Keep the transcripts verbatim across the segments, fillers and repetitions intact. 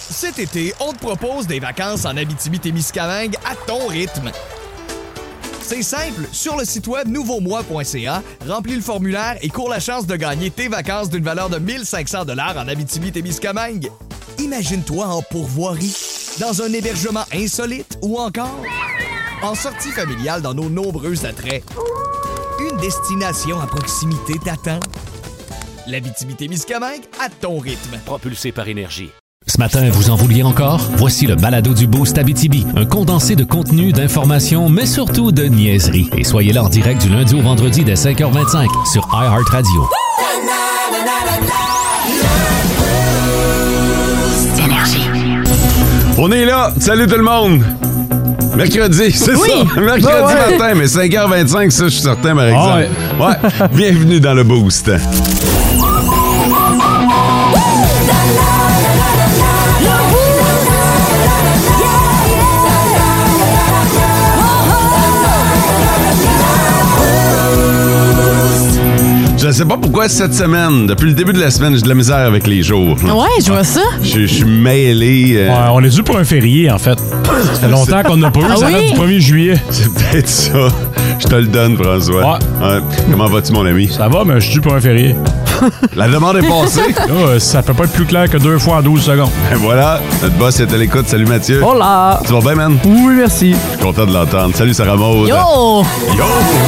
Cet été, on te propose des vacances en Abitibi-Témiscamingue à ton rythme. C'est simple, sur le site web nouveau moi point c a, remplis le formulaire et cours la chance de gagner tes vacances d'une valeur de mille cinq cents dollars en Abitibi-Témiscamingue. Imagine-toi en pourvoirie, dans un hébergement insolite ou encore en sortie familiale dans nos nombreux attraits. Une destination à proximité t'attend. L'Abitibi-Témiscamingue à ton rythme. Propulsé par Énergie. Ce matin, vous en vouliez encore? Voici le balado du Boost Abitibi, un condensé de contenu, d'informations, mais surtout de niaiseries. Et soyez là en direct du lundi au vendredi dès cinq heures vingt-cinq sur iHeartRadio. Énergie. On est là! Salut tout le monde! Mercredi, c'est oui. ça! Mercredi oh ouais. matin, mais cinq heures vingt-cinq, ça, je suis certain, par exemple. Oh ouais. ouais. Bienvenue dans le Boost. Je sais pas pourquoi cette semaine, depuis le début de la semaine, j'ai de la misère avec les jours. Ouais, je vois ça. Je suis mêlé. Euh... Ouais, on est dû pour un férié, en fait. Ça fait longtemps qu'on n'a pas eu. Ah ça oui? Date du premier juillet. C'est peut-être ça. Je te le donne, François. Ouais. ouais. Comment vas-tu, mon ami? Ça va, mais je suis dû pour un férié. La demande est passée. Là, ça peut pas être plus clair que deux fois en douze secondes. Et voilà, notre boss est à l'écoute. Salut, Mathieu. Hola. Tu vas bien, man? Oui, merci. Je suis content de l'entendre. Salut, Sarah Maud. Yo! Yo! Yo!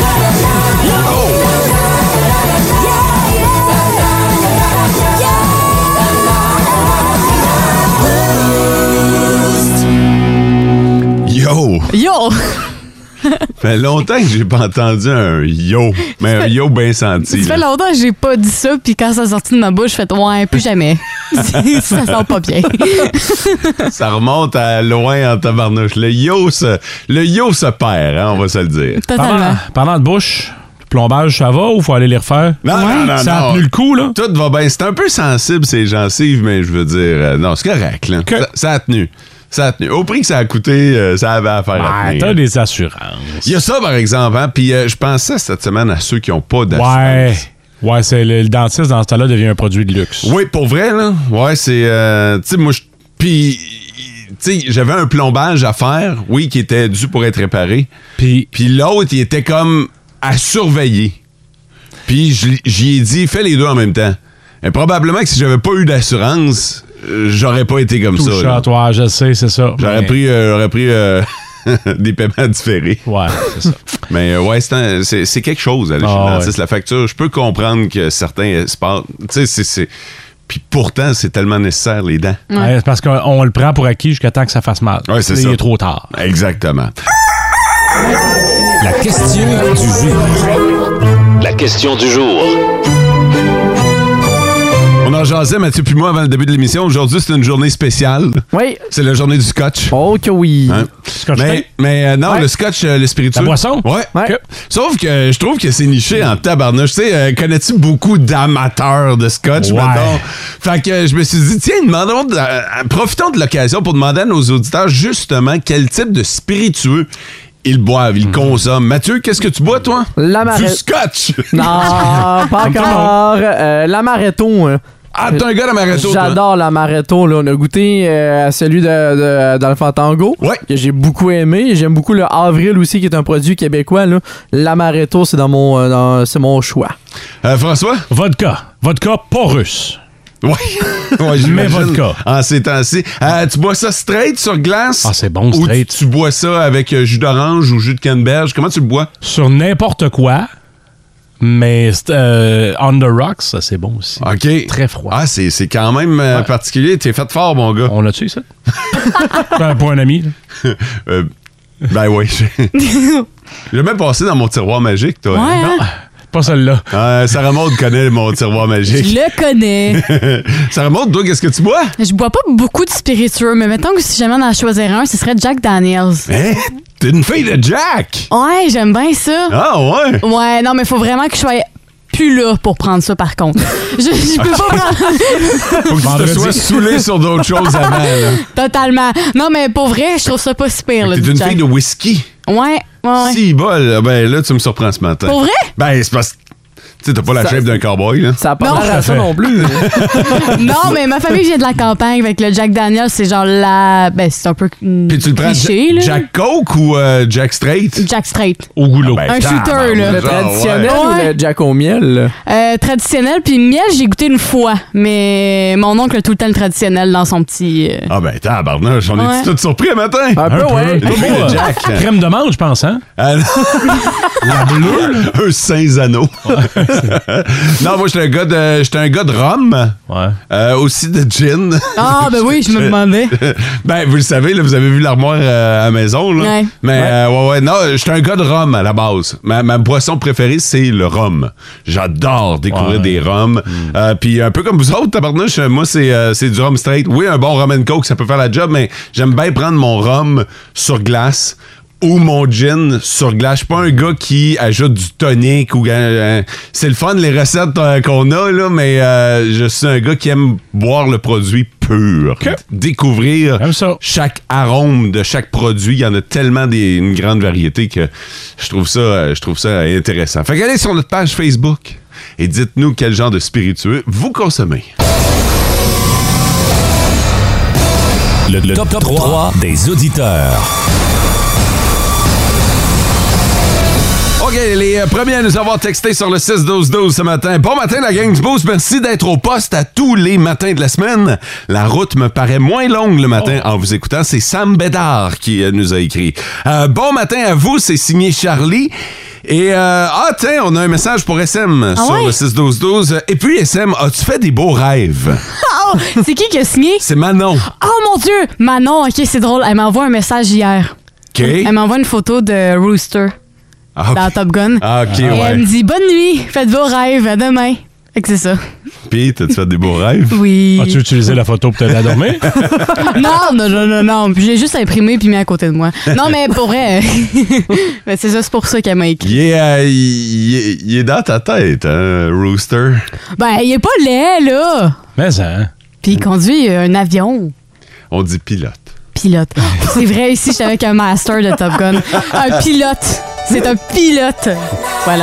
Yo! Yo! Ça fait longtemps que j'ai pas entendu un yo, mais un yo bien senti. Ça fait longtemps que j'ai pas dit ça, puis quand ça sortit de ma bouche, je fais ouais, plus jamais. Ça sent pas bien. Ça remonte à loin en tabarnouche. Le yo se, le yo se perd, hein, on va se le dire. Totalement. Parlant, parlant de bouche, plombage, ça va ou faut aller les refaire? Non, ouais. non, non, ça non. a tenu le coup, là? Tout va bien. C'est un peu sensible, ces gencives, mais je veux dire, euh, non, c'est correct, là. Que... Ça, ça a tenu. Ça a tenu. Au prix que ça a coûté, euh, ça avait affaire à ouais, tenir. T'as des assurances. Il y a ça, par exemple, hein. Puis euh, je pensais cette semaine à ceux qui n'ont pas d'assurance. Ouais. Ouais, c'est le, le dentiste, dans ce temps-là, devient un produit de luxe. Oui, pour vrai, là. Ouais, c'est... Euh, tu sais, moi, je... Puis... Tu sais, j'avais un plombage à faire, oui, qui était dû pour être réparé. Puis... Puis l'autre, il était comme à surveiller. Puis j'y ai dit, fais les deux en même temps. Et probablement que si j'avais pas eu d'assurance... J'aurais pas été comme Touche ça. À toi, je sais, c'est ça. J'aurais mais... pris, euh, j'aurais pris euh, des paiements différés. Ouais, c'est ça. Mais euh, ouais, c'est, un, c'est, c'est quelque chose, aller chez oh, le dentiste, ouais. la facture. Je peux comprendre que certains sports... Tu sais, c'est, c'est... Puis pourtant, c'est tellement nécessaire, les dents. Ouais. Ouais, c'est parce qu'on le prend pour acquis jusqu'à temps que ça fasse mal. Ouais, c'est là, ça. Il est trop tard. Exactement. La question du jour. La question du jour. On en jasait, Mathieu puis moi, avant le début de l'émission. Aujourd'hui, c'est une journée spéciale. Oui. C'est la journée du scotch. Oh que oui. Hein? Scotch mais mais euh, non, ouais. le scotch, euh, le spiritueux. La boisson? Ouais. Ouais. Que- Sauf que je trouve que c'est niché en tabarnouche. Tu sais, euh, connais-tu beaucoup d'amateurs de scotch, Ouais. mettons? Fait que euh, je me suis dit, tiens, demandons de- euh, profitons de l'occasion pour demander à nos auditeurs, justement, quel type de spiritueux ils boivent, ils consomment. Mathieu, qu'est-ce que tu bois, toi? L'amaretto. Du scotch! Non, pas encore. Euh, l'amaretto. Hein. Ah, t'es un gars d'amaretto, toi. J'adore l'amaretto. Là. On a goûté euh, à celui de, de, d'Alpha Tango, Ouais. que j'ai beaucoup aimé. J'aime beaucoup le Avril aussi, qui est un produit québécois. Là. L'amaretto, c'est, dans mon, euh, dans, c'est mon choix. Euh, François? Vodka. Vodka pas russe. Oui. Ouais, Mais vodka. En ces temps-ci. Euh, tu bois ça straight sur glace? Ah, c'est bon, Ou straight. tu, tu bois ça avec euh, jus d'orange ou jus de canneberge? Comment tu le bois? Sur n'importe quoi. Mais euh, on the rocks, ça, c'est bon aussi. OK. Très froid. Ah, c'est, c'est quand même euh, Ouais. particulier. T'es fait fort, mon gars. On l'a-tu, ça? Ben, pour un ami. Là. Euh, ben oui. J'ai j'ai même passé dans mon tiroir magique, toi. Ouais, hein? Non, pas celle-là. Euh, Sarah Maud connaît mon tiroir Je magique. le connais. Sarah Maud, toi, qu'est-ce que tu bois? Je bois pas beaucoup de spiritueux, mais mettons que si jamais on en choisirait un, ce serait Jack Daniels. Hein? T'es une fille de Jack! Ouais, j'aime bien ça. Ah, ouais? Ouais, non, mais faut vraiment que je sois plus là pour prendre ça, par contre. Je, je peux pas prendre... Faut que tu te Vendredi. sois saoulé sur d'autres choses avant, là. Totalement. Non, mais pour vrai, je trouve ça pas si pire, là, T'es du une Jack. fille de whisky. Ouais, ouais, ouais. Si, bol, ben là, tu me surprends ce matin. Pour vrai? Ben, c'est parce que Tu sais, t'as pas la Ça- shape d'un cowboy, là. Ça a pas Non. l'air à ça non plus. Non, mais ma famille vient de la campagne, avec le Jack Daniels, c'est genre la. Ben, c'est un peu mm, Puis tu le prends cliché, Ja- là. Jack Coke ou euh, Jack Straight? Jack Straight. Au goulot. Ben, Un shooter, là. Le genre, traditionnel ouais. ou le Jack au miel? là? Euh, traditionnel, puis miel, j'ai goûté une fois, mais mon oncle a tout le temps le traditionnel dans son petit. euh, Ah ben, tabarnouche, on Ouais. est tous surpris un matin? Un peu, ouais. Le prix de Jack. Crème de menthe, je pense, hein? Ah, non. La bleue? Un Saint-Zano. Non, moi, j'étais un gars de, j'étais un gars de rhum. Ouais. Euh, aussi de gin. Ah, ben oui, je me demandais. Ben, vous le savez, là, vous avez vu l'armoire euh, à la maison, là. Ouais. Mais, euh, ouais, ouais, non, j'étais un gars de rhum à la base. Ma, ma boisson préférée, c'est le rhum. J'adore découvrir Ouais. des rhums. Euh, Puis, un peu comme vous autres, tabarnouche, moi, c'est euh, c'est du rhum straight. Oui, un bon rum and coke, ça peut faire la job, mais j'aime bien prendre mon rhum sur glace ou mon gin sur glace. Je suis pas un gars qui ajoute du tonic ou euh, c'est le fun les recettes euh, qu'on a là, mais euh, je suis un gars qui aime boire le produit pur, Ok. découvrir J'aime ça. chaque arôme de chaque produit. Il y en a tellement des, une grande variété que je trouve ça, euh, je trouve ça intéressant. Fait qu'allez sur notre page Facebook et dites-nous quel genre de spiritueux vous consommez. Le, le top, trois des auditeurs. OK, les euh, premiers à nous avoir texté sur le six douze douze ce matin. Bon matin, la gang du Boost. Merci d'être au poste à tous les matins de la semaine. La route me paraît moins longue le matin en vous écoutant. C'est Sam Bédard qui euh, nous a écrit. Euh, bon matin à vous, c'est signé Charlie. Et, euh, ah, tiens, on a un message pour S M Ah sur ouais? le six douze douze. Et puis, S M, as-tu fait des beaux rêves? Oh, c'est qui qui a signé? C'est Manon. Oh mon Dieu! Manon, ok, c'est drôle. Elle m'envoie un message hier. OK? Elle m'envoie une photo de Rooster Ah, dans OK. Top Gun. Ah, OK, Et elle ouais. me dit bonne nuit, faites vos rêves, à demain. Fait que c'est ça. Puis, t'as-tu fait des beaux rêves? Oui. As-tu utilisé la photo pour t'aider à dormir? Non, non, non, non, non. Puis j'ai juste imprimé puis mis à côté de moi. Non, mais pour vrai, mais c'est juste pour ça qu'elle m'a écrit. Il est, euh, il, est, il est dans ta tête, hein, Rooster? Ben, il est pas laid, là. Mais ça, hein? Puis il conduit un avion. On dit pilote. Pilote. C'est vrai, ici, j'étais avec un master de Top Gun. Un pilote. C'est un pilote. Voilà.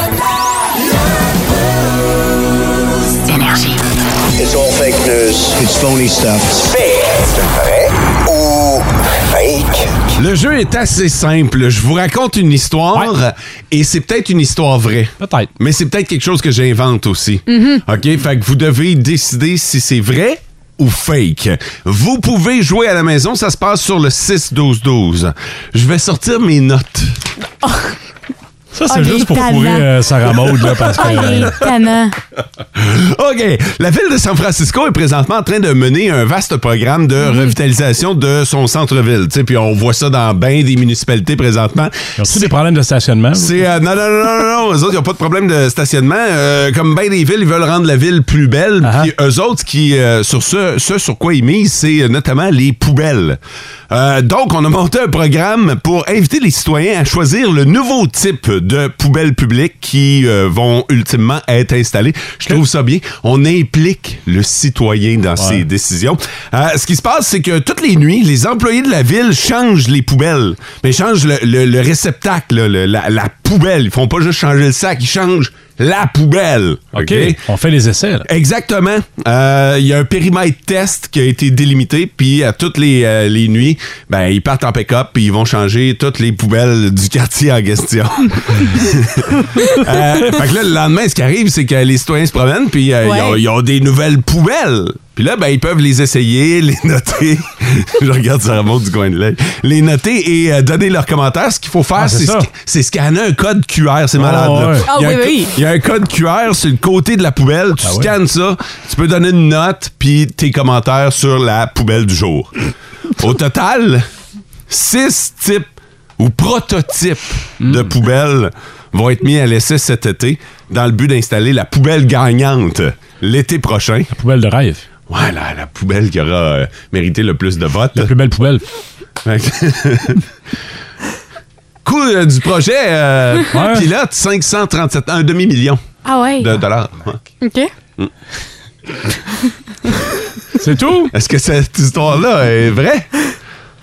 It's all fake news. It's phony stuff. Fake. Vrai ou fake? Le jeu est assez simple. Je vous raconte une histoire et c'est peut-être une histoire vraie. Peut-être. Mais c'est peut-être quelque chose que j'invente aussi. OK? Fait que vous devez décider si c'est vrai ou fake. Vous pouvez jouer à la maison. Ça se passe sur le six douze douze. Je vais sortir mes notes. Ça, c'est Oh, juste les pour talents. fourrer euh, Sarah Maud, là, parce que... Oh, il est tannant. OK. La ville de San Francisco est présentement en train de mener un vaste programme de revitalisation de son centre-ville. Tu sais, puis on voit ça dans bien des municipalités présentement. Ils ont-tu des problèmes de stationnement? C'est euh, non, non, non, non, non, eux autres, ils n'ont pas de problème de stationnement. Euh, comme bien des villes, ils veulent rendre la ville plus belle. Ah. Puis eux autres, qui, euh, sur ce, ce sur quoi ils misent, c'est euh, notamment les poubelles. Euh, donc, on a monté un programme pour inviter les citoyens à choisir le nouveau type de poubelles publiques qui euh, vont ultimement être installées. Je trouve ça bien. On implique le citoyen dans ses décisions. Euh, ce qui se passe, c'est que toutes les nuits, les employés de la ville changent les poubelles. Mais ils changent le, le- le réceptacle, là, le- la, la poubelle. Ils font pas juste changer le sac, ils changent la poubelle. OK. OK? On fait les essais, là. Exactement. Euh, Il y a un périmètre test qui a été délimité, puis à toutes les, euh, les nuits, ben ils partent en pick-up, puis ils vont changer toutes les poubelles du quartier en question. euh, fait que là, le lendemain, ce qui arrive, c'est que les citoyens se promènent, puis euh, Ouais. ils ont- ils ont des nouvelles poubelles. Puis là, ben, ils peuvent les essayer, les noter. Je regarde Sarah Maud du coin de l'œil. Les noter et euh, donner leurs commentaires. Ce qu'il faut faire, Ah, c'est c'est ça. sc- c'est scanner un code Q R. C'est malade. Oh, là. ouais. Ah Il y a oui, un co- oui. Il y a un code Q R sur le côté de la poubelle. Tu Ah ouais. scannes ça, tu peux donner une note puis tes commentaires sur la poubelle du jour. Au total, six types ou prototypes de poubelles vont être mis à l'essai cet été dans le but d'installer la poubelle gagnante l'été prochain. La poubelle de rêve. Ouais, la, la poubelle qui aura euh, mérité le plus de votes. La plus belle poubelle. Fait que- Coût euh, du projet, euh, Ouais. pilote, cinq cent trente-sept, un demi-million Ah ouais. de dollars. Ouais. OK. C'est tout? Est-ce que cette histoire-là est vraie?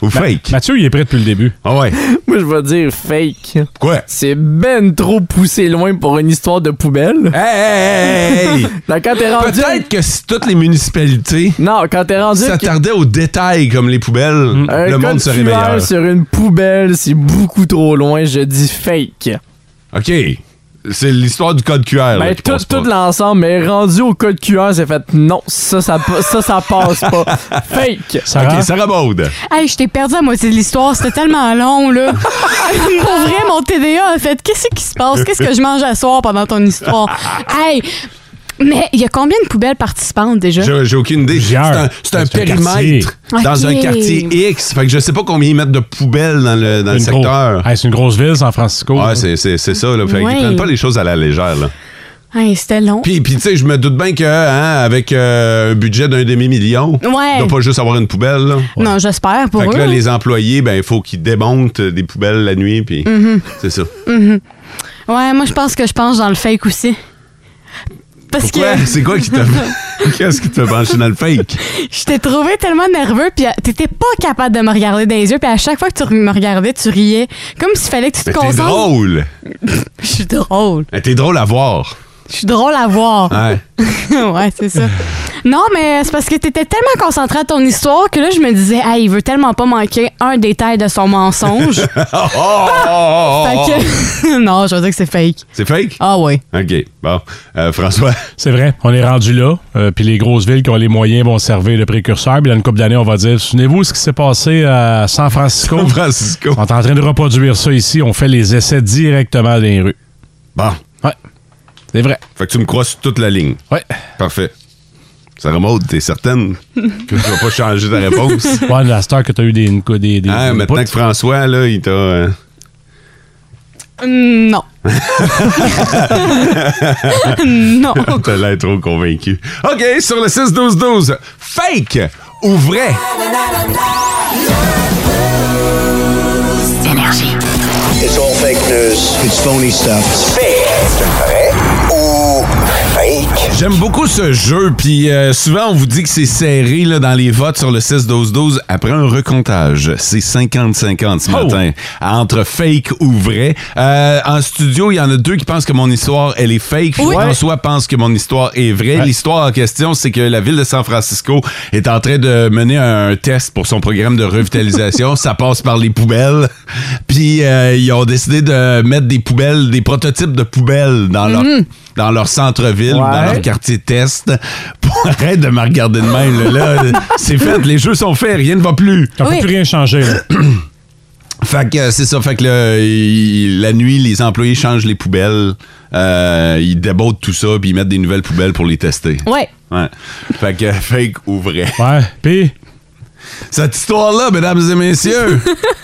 Ou fake? Mathieu, il est prêt depuis le début. Ah ouais. Moi, je vais dire fake. Quoi? C'est ben trop poussé loin pour une histoire de poubelle. Hey, hey, hey, hey. Là, quand t'es rendu... Peut-être que si toutes les municipalités Non, quand t'es rendu... s'attardaient aux détails comme les poubelles, Un le monde code serait Q R meilleur. sur une poubelle, c'est beaucoup trop loin. Je dis fake. OK. C'est l'histoire du code Q R. Ben, là, qui tout, passe pas. tout l'ensemble, mais rendu au code Q R, c'est fait non, ça, ça, ça, ça passe pas. Fake. Sarah? OK, Sarah Maud. Hey, je t'ai perdu à moitié de l'histoire, c'était tellement long, là. Pour vrai, mon T D A a fait qu'est-ce qui se passe? Qu'est-ce que je mange à soir pendant ton histoire? Hey! Mais il y a combien de poubelles participantes déjà? J'ai, j'ai aucune idée. C'est un, c'est un C'est un périmètre quartier. dans Ok. un quartier X. Fait que je sais pas combien ils mettent de poubelles dans le, dans le Une gros- secteur. Hey, c'est une grosse ville, San Francisco. Ouais, c'est, c'est, c'est ça. Là. Fait Ouais. qu'ils prennent pas les choses à la légère. Là. Hey, c'était long. Puis, puis tu sais, je me doute bien que hein, avec euh, un budget d'un demi-million, Ouais. on doit pas juste avoir une poubelle. Là. Non, j'espère pour Fait que eux. là, les employés, ben il faut qu'ils démontent des poubelles la nuit. Puis c'est ça. Mhm. Ouais, moi, je pense que je pense dans le fake aussi. Parce Pourquoi? que C'est quoi qui t'a Qu'est-ce qui te fait pencher dans le fake? je t'ai trouvé tellement nerveux, puis t'étais pas capable de me regarder dans les yeux, puis à chaque fois que tu me regardais, tu riais. Comme s'il fallait que tu te Mais t'es concentres. drôle. Je suis drôle. Mais t'es drôle à voir. Je suis drôle à voir. Ouais. Ouais, c'est ça. Non, mais c'est parce que t'étais tellement concentré à ton histoire que là, je me disais, hey, il veut tellement pas manquer un détail de son mensonge. Oh, oh, oh, oh, oh. Fait que. Non, je veux dire que c'est fake. C'est fake? Ah, ouais. OK. Bon. Euh, François? C'est vrai, on est rendu là. Euh, puis les grosses villes qui ont les moyens vont servir de précurseurs. Puis dans une couple d'années, on va dire, souvenez-vous ce qui s'est passé à San Francisco? San Francisco. On est en train de reproduire ça ici. On fait les essais directement dans les rues. Bon. Ouais, c'est vrai. Fait que tu me crois sur toute la ligne. Ouais. Parfait. Sarah Maud, t'es certaine que tu vas pas changer ta réponse? Ouais, la star que t'as eu des... des, des, des Hein, maintenant inputs. que François, là, il t'a... euh, Mm, non. Non. T'as l'air trop convaincu. OK, sur le six douze douze, fake ou vrai? It's all fake news. It's phony stuff. Fake. C'est vrai ou fake? J'aime beaucoup ce jeu, puis euh, souvent on vous dit que c'est serré là, dans les votes sur le six douze douze. Après un recomptage, c'est cinquante cinquante ce Oh. matin, entre fake ou vrai. Euh, en studio, il y en a deux qui pensent que mon histoire, elle est fake. Oui. François pense que mon histoire est vraie. Ouais. L'histoire en question, c'est que la ville de San Francisco est en train de mener un test pour son programme de revitalisation. Ça passe par les poubelles. Puis euh, ils ont décidé de mettre des poubelles, des prototypes de poubelles dans leur dans leur centre-ville, Ouais. dans leur quartier test. Pour arrête de me regarder de même. Là, Là, c'est fait, les jeux sont faits, rien ne va plus. On Oui. peut plus rien changer. là. Fait que euh, c'est ça, fait que là, il- la nuit, les employés changent les poubelles, euh, ils débautent tout ça, puis ils mettent des nouvelles poubelles pour les tester. Ouais. Ouais. Fait que fake ou vrai. Ouais. Puis, Cette histoire-là, mesdames et messieurs,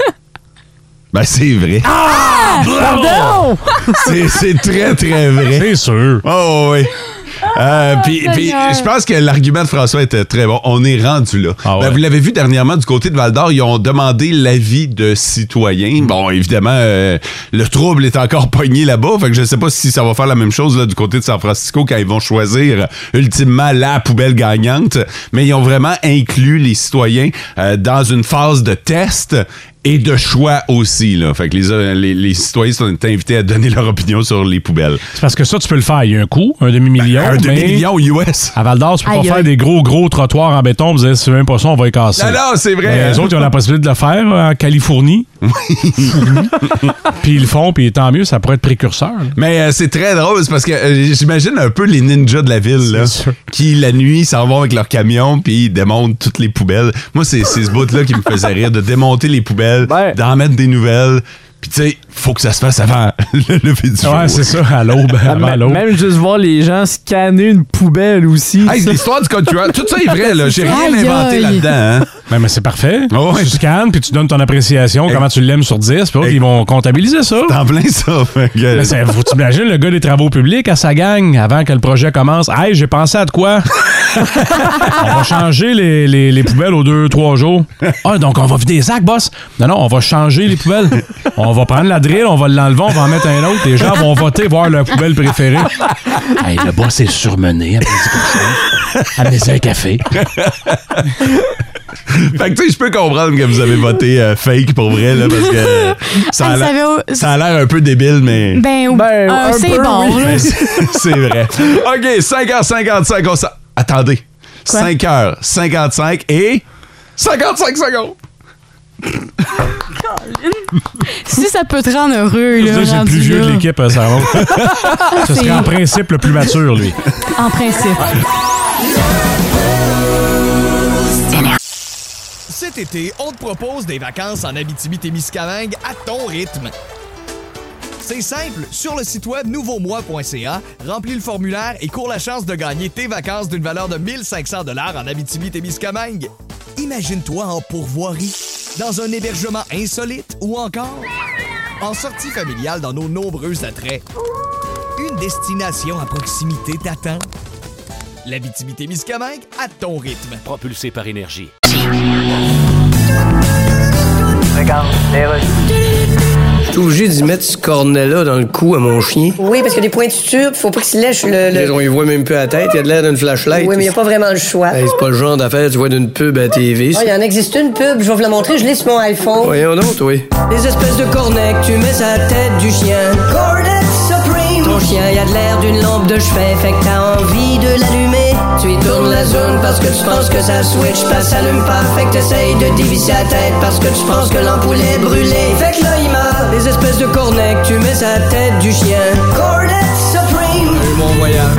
ben c'est vrai. Pardon! C'est, c'est très, très vrai. c'est sûr. Oh oui. Euh, puis, puis, Seigneur. je pense que l'argument de François était très bon. On est rendu là. Ah ouais. Ben, vous l'avez vu dernièrement du côté de Val-d'Or, ils ont demandé l'avis de citoyens. Bon, évidemment, euh, le trouble est encore pogné là-bas. Fait que je sais pas si ça va faire la même chose là, du côté de San Francisco quand ils vont choisir euh, ultimement la poubelle gagnante. Mais ils ont vraiment inclus les citoyens euh, dans une phase de test et de choix aussi. Là. Fait que les, euh, les, les citoyens sont invités à donner leur opinion sur les poubelles. C'est parce que ça, tu peux le faire. Il y a un coût, un demi-million. Un mais demi-million U S. À Val-d'Or, tu peux Aïe, pas aïe. faire des gros, gros trottoirs en béton. Vous dire, si c'est même pas ça, on va les casser. Non, non, c'est vrai. Mais les autres, ils ont la possibilité de le faire euh, en Californie. Puis ils le font, puis tant mieux, ça pourrait être précurseur. là. Mais euh, c'est très drôle, c'est parce que euh, j'imagine un peu les ninjas de la ville, là, C'est sûr. qui la nuit s'en vont avec leur camion puis ils démontent toutes les poubelles. Moi, c'est c'est ce bout-là qui me faisait rire, de démonter les poubelles, Ouais. d'en mettre des nouvelles. Puis tu sais, faut que ça se fasse avant le lever du jour. Ouais, c'est ça, à l'aube. avant Même- l'aube. Même juste voir les gens scanner une poubelle aussi. Hey, c'est l'histoire du code Q R, tout ça est vrai, là. J'ai rien Aïe, inventé aïe. là-dedans, hein. Ben, mais c'est parfait. Oh, ouais. Tu scannes, puis tu donnes ton appréciation, Hey. comment tu l'aimes sur dix, puis autres, Hey. ils vont comptabiliser ça. T'en plein ça. Fait que- Mais c'est- faut t'imaginer le gars des travaux publics à sa gang avant que le projet commence. Hey, j'ai pensé à de quoi? On va changer les, les, les poubelles aux deux, trois jours. Ah, donc on va vider les sacs, boss. Non, non, on va changer les poubelles. On va prendre la drill, on va l'enlever, on va en mettre un autre. Les gens vont voter, voir leur poubelle préférée. Hey, le boss est surmené. Amenez-y quelque chose. Amenez-y un café. Fait que tu sais, je peux comprendre que vous avez voté euh, fake pour vrai, là, parce que ça a Ah, ça l'air, avait- ça a l'air un peu débile, mais... Ben, Ben, euh, un c'est peu, bon. oui. là. mais c'est, c'est vrai. OK, cinq heures cinquante-cinq, on s'en... Attendez. Quoi? cinq heures cinquante-cinq et... cinquante-cinq secondes! Si ça peut te rendre heureux, Je là, veux dire, c'est le rendu plus vieux là. de l'équipe, euh, Sarah Maud. Ce C'est- serait en principe le plus mature, lui. En principe. Cet été, on te propose des vacances en Abitibi-Témiscamingue à ton rythme. C'est simple, sur le site web nouveau moi point c a, remplis le formulaire et cours la chance de gagner tes vacances d'une valeur de mille cinq cents dollars en Abitibi-Témiscamingue. Imagine-toi en pourvoirie, dans un hébergement insolite ou encore en sortie familiale dans nos nombreux attraits. Une destination à proximité t'attend. L'Abitibi-Témiscamingue à ton rythme. Propulsé par énergie. Je suis obligé d'y mettre ce cornet-là dans le cou à mon chien. Oui, parce qu'il y a des pointitures, faut pas qu'il se lèche le. le... On y voit même plus à la tête, il a de l'air d'une flashlight. Oui, mais il n'y a pas vraiment le choix. Hey, c'est pas le genre d'affaire, tu vois d'une pub à T V. Ah, il y en existe une pub, je vais vous la montrer, je l'ai sur mon iPhone. Voyons donc, oui. Les espèces de cornets que tu mets sur la tête du chien. Cornet Supreme! Ton chien, il a de l'air d'une lampe de chevet, fait que t'as envie de l'allumer. Tu y tournes la zone parce que tu penses que ça switch, pas s'allume pas, fait que t'essayes de dévisser la tête parce que tu penses que l'ampoule est brûlée. Fait que là, il meurt. Les espèces de cornets que tu mets sur la tête du chien. Cornet Supreme! Et mon voyage.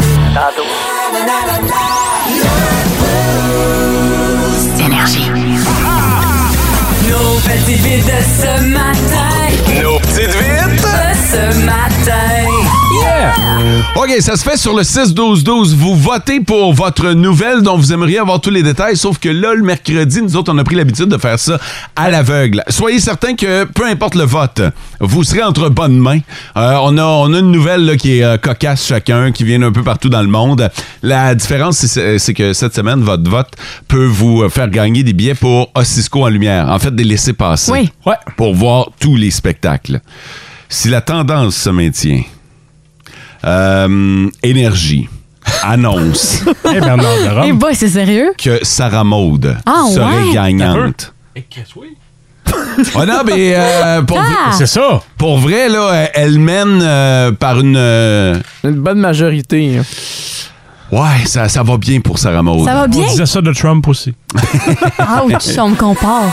Nos petites vites de ce matin. Nos petites vites! De ce matin. Yeah! OK, ça se fait sur le six douze douze. Vous votez pour votre nouvelle dont vous aimeriez avoir tous les détails, sauf que là, le mercredi, nous autres, on a pris l'habitude de faire ça à l'aveugle. Soyez certains que, peu importe le vote, vous serez entre bonnes mains. Euh, on, a, on a une nouvelle là, qui est euh, cocasse chacun, qui vient un peu partout dans le monde. La différence, c'est, c'est que cette semaine, votre vote peut vous faire gagner des billets pour Ossisco en lumière. En fait, des laissez-passer. Oui. Ouais. Pour voir tous les spectacles. Si la tendance se maintient, Euh, énergie annonce Eh, Bernard de Eh Rome. boy, c'est sérieux? que Sarah Maud Ah, serait ouais? gagnante. Eh, qu'est-ce que oui? Oh non, mais euh, pour, Ah! C'est ça. pour vrai, là, elle mène euh, par une... euh, Une bonne majorité. hein. ouais, ça, ça va bien pour Sarah Maud. Ça va On bien? disait ça de Trump aussi. Ouch, on me compare.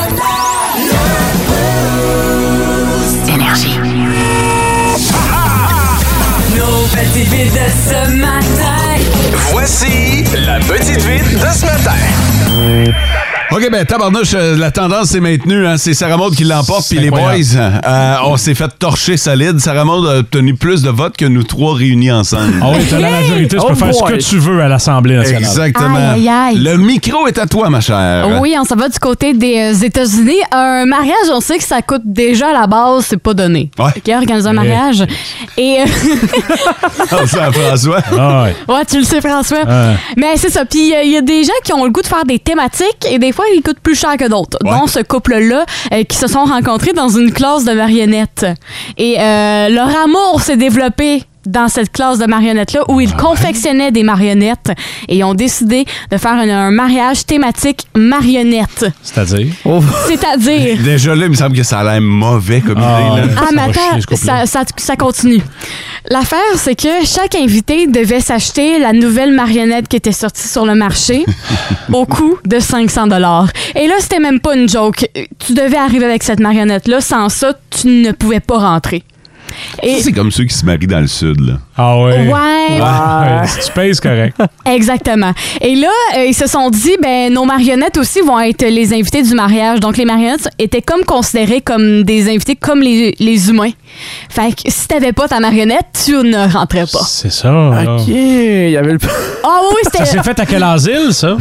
Nos petites vites de ce matin. Voici la petite vite de ce matin. OK, ben tabarnouche, euh, la tendance s'est maintenue. Hein, c'est Sarah Maud qui l'emporte. Puis les boys, incroyable. euh, on s'est fait torcher solide. Sarah Maud a obtenu plus de votes que nous trois réunis ensemble. Ah oui, t'as la majorité, tu peux Oh faire ce boy. que tu veux à l'Assemblée nationale. Exactement. Aïe, aïe, aïe. Le micro est à toi, ma chère. Oui, on s'en va du côté des euh, États-Unis. Un mariage, on sait que ça coûte déjà à la base, c'est pas donné. Ouais. OK, organiser un mariage. Et. euh, On sait à François. Ah ouais. ouais, tu le sais, François. Ah. Mais c'est ça. Puis il y a des gens qui ont le goût de faire des thématiques et des fois, ils coûtent plus cher que d'autres. Ouais. Dont ce couple-là euh, qui se sont rencontrés dans une classe de marionnettes. Et euh, leur amour s'est développé dans cette classe de marionnettes-là où ils confectionnaient des marionnettes et ils ont décidé de faire un, un mariage thématique marionnette. C'est-à-dire? C'est-à-dire... Déjà là, il me semble que ça a l'air mauvais comme Ah, idée. Là. Ah, Ça mais va chier, ce attends, couple-là. ça, ça, ça continue. L'affaire, c'est que chaque invité devait s'acheter la nouvelle marionnette qui était sortie sur le marché au coût de cinq cents dollars. Et là, c'était même pas une joke. Tu devais arriver avec cette marionnette-là. Sans ça, tu ne pouvais pas rentrer. Et... Ça, c'est comme ceux qui se marient dans le sud. Là. Ah ouais. Ouais. Ouais, si tu payes, c'est correct. Exactement. Et là, euh, ils se sont dit, ben nos marionnettes aussi vont être les invités du mariage. Donc, les marionnettes étaient comme considérées comme des invités comme les, les humains. Fait que si t'avais pas ta marionnette, tu ne rentrais pas. C'est ça. là. OK, il y avait le... Ah oui, Ça c'était... s'est fait à quel asile, ça?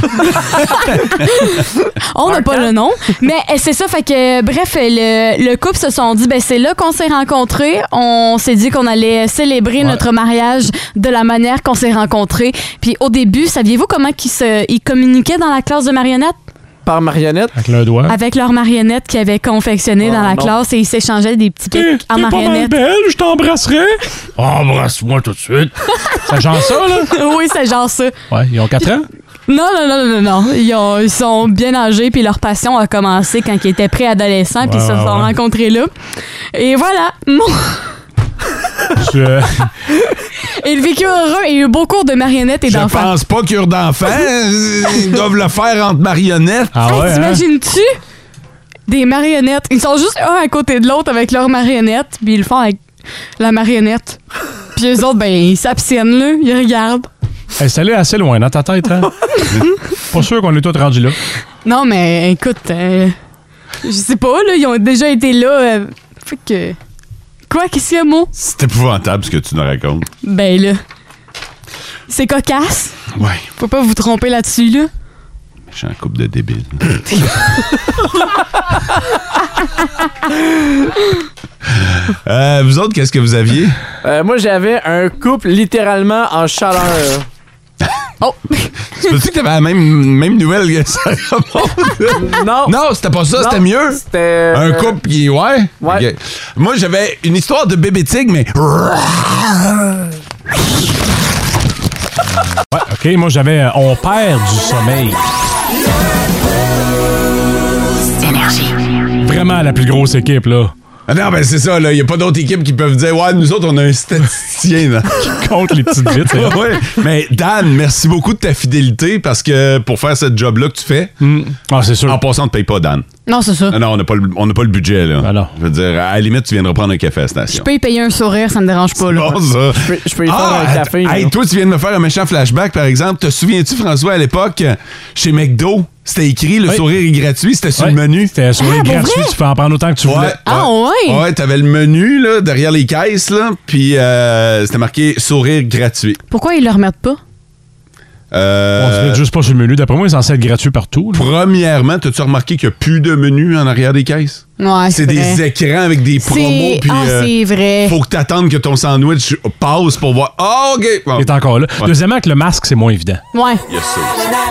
On n'a pas le nom. Mais euh, c'est ça, fait que bref, le, le couple se sont dit, ben c'est là qu'on s'est rencontrés. On s'est dit qu'on allait célébrer Ouais. notre mariage de la manière qu'on s'est rencontrés. Puis au début, saviez-vous comment ils, se, ils communiquaient dans la classe de marionnettes? Par marionnette. Avec le doigt. Avec leurs marionnettes qu'ils avaient confectionnées Oh, dans la non. classe et ils s'échangeaient des petits T'es pics en t'es pas mal marionnettes. belle, je t'embrasserai. Embrasse-moi tout de suite. Ça genre ça, là? Oui, c'est genre ça. Ouais, ils ont quatre ans? Non, non, non, non, non. Ils, ont, ils sont bien âgés, puis leur passion a commencé quand ils étaient préadolescents, puis ils se Ouais, sont ouais. rencontrés là. Et voilà. Mon... Je- Et le vécu heureux et eu beau cours de marionnettes et Je d'enfants. pense pas cure d'enfants. Ils doivent le faire entre marionnettes. Ah Hey, ouais, hein? t'imagines-tu des marionnettes? Ils sont juste un à côté de l'autre avec leurs marionnettes, puis ils le font avec la marionnette. Puis les autres, ben, ils s'abstiennent, là. Ils regardent. Hey, c'est allé assez loin dans ta tête, hein? Pas sûr qu'on est tous rendus là. Non, mais écoute, euh, je sais pas, là. Ils ont déjà été là. Euh, fait que. Quoi? Qu'est-ce qu'il y a, mot? C'est épouvantable ce que tu nous racontes. Ben, là. C'est cocasse. Ouais. Faut pas vous tromper là-dessus, là. Je suis en couple de débiles. euh, vous autres, qu'est-ce que vous aviez? Euh, moi, j'avais un couple littéralement en chaleur. Oh! Tu peux-tu que t'avais la même, même nouvelle que ça remonte? Non. Non, c'était pas ça, Non, c'était mieux. C'était. Un couple qui. Ouais? Ouais. Ok. Moi, j'avais une histoire de bébé tigre, mais. Ouais, OK. Moi, j'avais euh, On perd du sommeil. Vraiment la plus grosse équipe, là. Ah non, ben c'est ça, là. Il n'y a pas d'autres équipes qui peuvent dire, ouais, nous autres, on a un statisticien, là. Contre les petites vites. Ouais, ouais. Mais Dan, merci beaucoup de ta fidélité parce que pour faire ce job-là que tu fais, Mm. Ah, c'est sûr. en passant, on ne te paye pas, Dan. Non, c'est ça. Non, non, on n'a pas, le- on n'a pas le budget, là. Ben non. Je veux dire, à la limite, tu viendras prendre un café à la Je station. peux y payer un sourire, ça me dérange pas, là. Bon, ça. Je peux, je peux y faire Ah, un café. hey, là. toi, tu viens de me faire un méchant flashback, par exemple. Te souviens-tu, François, à l'époque, chez McDo, c'était écrit le Oui. sourire est gratuit, c'était sur Ouais. le menu. C'était sur les Ah, pour gratuits. vrai? Tu peux en prendre autant que tu voulais. Ah, ouais? Ouais, t'avais le menu, là, derrière les caisses, là, puis euh, c'était marqué sourire gratuit. Pourquoi ils le remettent pas? Euh, On se met juste pas sur le menu. D'après moi, il est censé être gratuit partout. là. Premièrement, t'as-tu remarqué qu'il n'y a plus de menu en arrière des caisses? Ouais, C'est vrai. des écrans avec des promos, C'est- puis Ah, euh, c'est vrai. faut que t'attendes que ton sandwich passe pour voir. Ah, OK! Bon. Il est encore là. Ouais. Deuxièmement, avec le masque, c'est moins évident. Ouais. Yes, sir.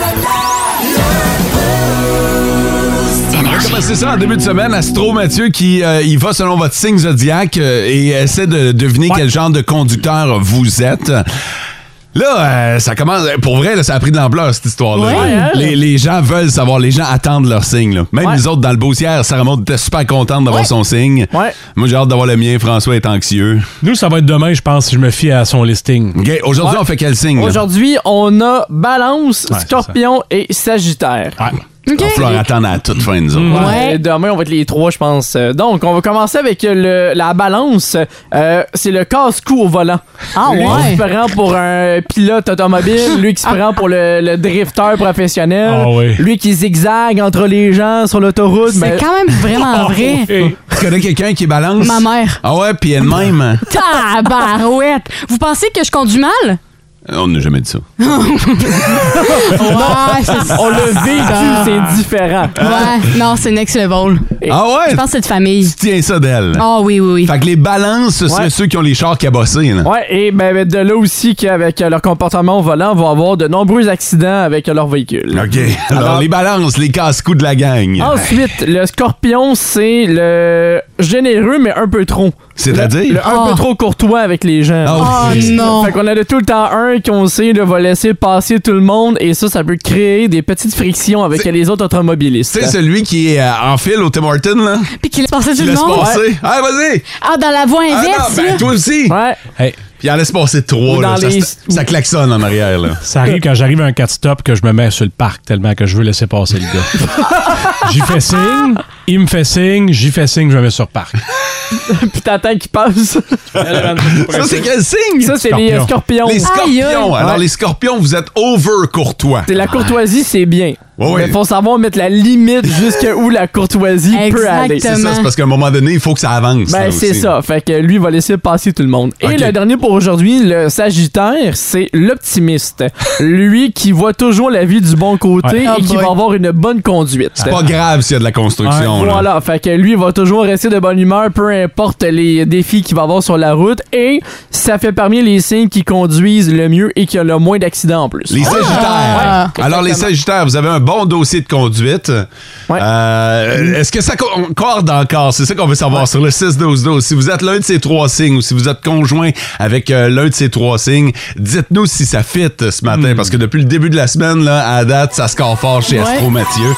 On va commencer ça en début de semaine. Astro Mathieu qui euh, il va selon votre signe zodiac euh, et essaie de deviner Ouais. quel genre de conducteur vous êtes. Là, euh, ça commence. Pour vrai, là, ça a pris de l'ampleur, cette histoire-là. Ouais, hein? les, les gens veulent savoir, les gens attendent leur signe. Là. Même Ouais. les autres dans le Beaucière, Sarah Maud était super contente d'avoir Ouais. son signe. Ouais. Moi, j'ai hâte d'avoir le mien. François est anxieux. Nous, ça va être demain, je pense, si je me fie à son listing. OK, aujourd'hui, Ouais. on fait quel signe? là? Aujourd'hui, on a Balance, Ouais, c'est Scorpion et Sagittaire. Ouais. OK. Il va falloir attendre à la toute fin, nous autres. Ouais. Euh, Demain, on va être les trois, je pense. Euh, Donc, on va commencer avec euh, le, la balance. Euh, c'est le casse-cou au volant. Ah, lui ouais. qui se prend pour un pilote automobile, lui qui se prend pour le, le drifter professionnel, Ah, oui. lui qui zigzague entre les gens sur l'autoroute. C'est mais- quand même vraiment vrai. Hey. Tu connais quelqu'un qui balance? Ma mère. Ah ouais, puis elle-même. Tabarouette. Vous pensez que je conduis mal? On n'a jamais dit ça. Ouais, c'est On l'a vécu, c'est différent. Ouais, non, c'est next level. Ah ouais? Je pense que c'est de famille. Tu tiens ça d'elle. Ah oui, oui, oui. Fait que les balances, ce serait Ouais. ceux qui ont les chars cabossés. Là. Ouais, et ben, ben, de là aussi qu'avec euh, leur comportement au volant, vont avoir de nombreux accidents avec euh, leur véhicule. OK. Alors, Alors- les balances, les casse-coups de la gang. Ensuite, le scorpion, c'est le généreux, mais un peu trop. C'est-à-dire? Le, le un Oh. peu trop courtois avec les gens. Ah Oh oui. non. Fait qu'on a de tout le temps un qu'on sait là, va laisser passer tout le monde et ça, ça peut créer des petites frictions avec C'est- les autres automobilistes. Tu sais, celui qui est euh, en file au Tim Hortons, là? Puis qu'il laisse passer tout Tu le laisses monde. passer. Ah, vas-y! Ah, dans la voie Ah, inverse, non, ben, là. toi aussi! Ouais. Hey, Puis il en laisse passer trois, Ou là. dans Ça, les- ça- ça klaxonne en arrière, là. ça arrive quand j'arrive à un quatre stop que je me mets sur le parc tellement que je veux laisser passer le gars. J'y fais signe, il me fait signe, j'y fais signe, je me mets sur parc. Puis t'attends qu'il passe. Ça, c'est quel signe? Ça, c'est les euh, scorpions. Les Aïe, aïe. scorpions. Alors, Ouais. les scorpions, vous êtes over courtois. C'est la courtoisie, c'est bien. Ouais, ouais. Mais faut savoir mettre la limite jusqu'à où la courtoisie peut aller. Exactement. C'est ça, c'est parce qu'à un moment donné, il faut que ça avance. Ben, là, c'est aussi. ça. Fait que lui va laisser passer tout le monde. Et Ok. le dernier pour aujourd'hui, le Sagittaire, c'est l'optimiste. Lui qui voit toujours la vie du bon côté Ouais. Oh et qui boy. va avoir une bonne conduite. C'est pas grave s'il y a de la construction. là. Voilà, fait que lui va toujours rester de bonne humeur, peu importe les défis qu'il va avoir sur la route. Et ça fait parmi les signes qui conduisent le mieux et qui ont le moins d'accidents en plus. Les Sagittaires. Ah. Alors, les Exactement. Sagittaires, vous avez un bon bon dossier de conduite. Ouais. Euh, est-ce que ça concorde encore? C'est ça qu'on veut savoir ouais. sur le six douze douze. Si vous êtes l'un de ces trois signes ou si vous êtes conjoint avec euh, l'un de ces trois signes, dites-nous si ça fit ce matin. Mm. Parce que depuis le début de la semaine, là, à date, ça score fort chez ouais. Astro Mathieu.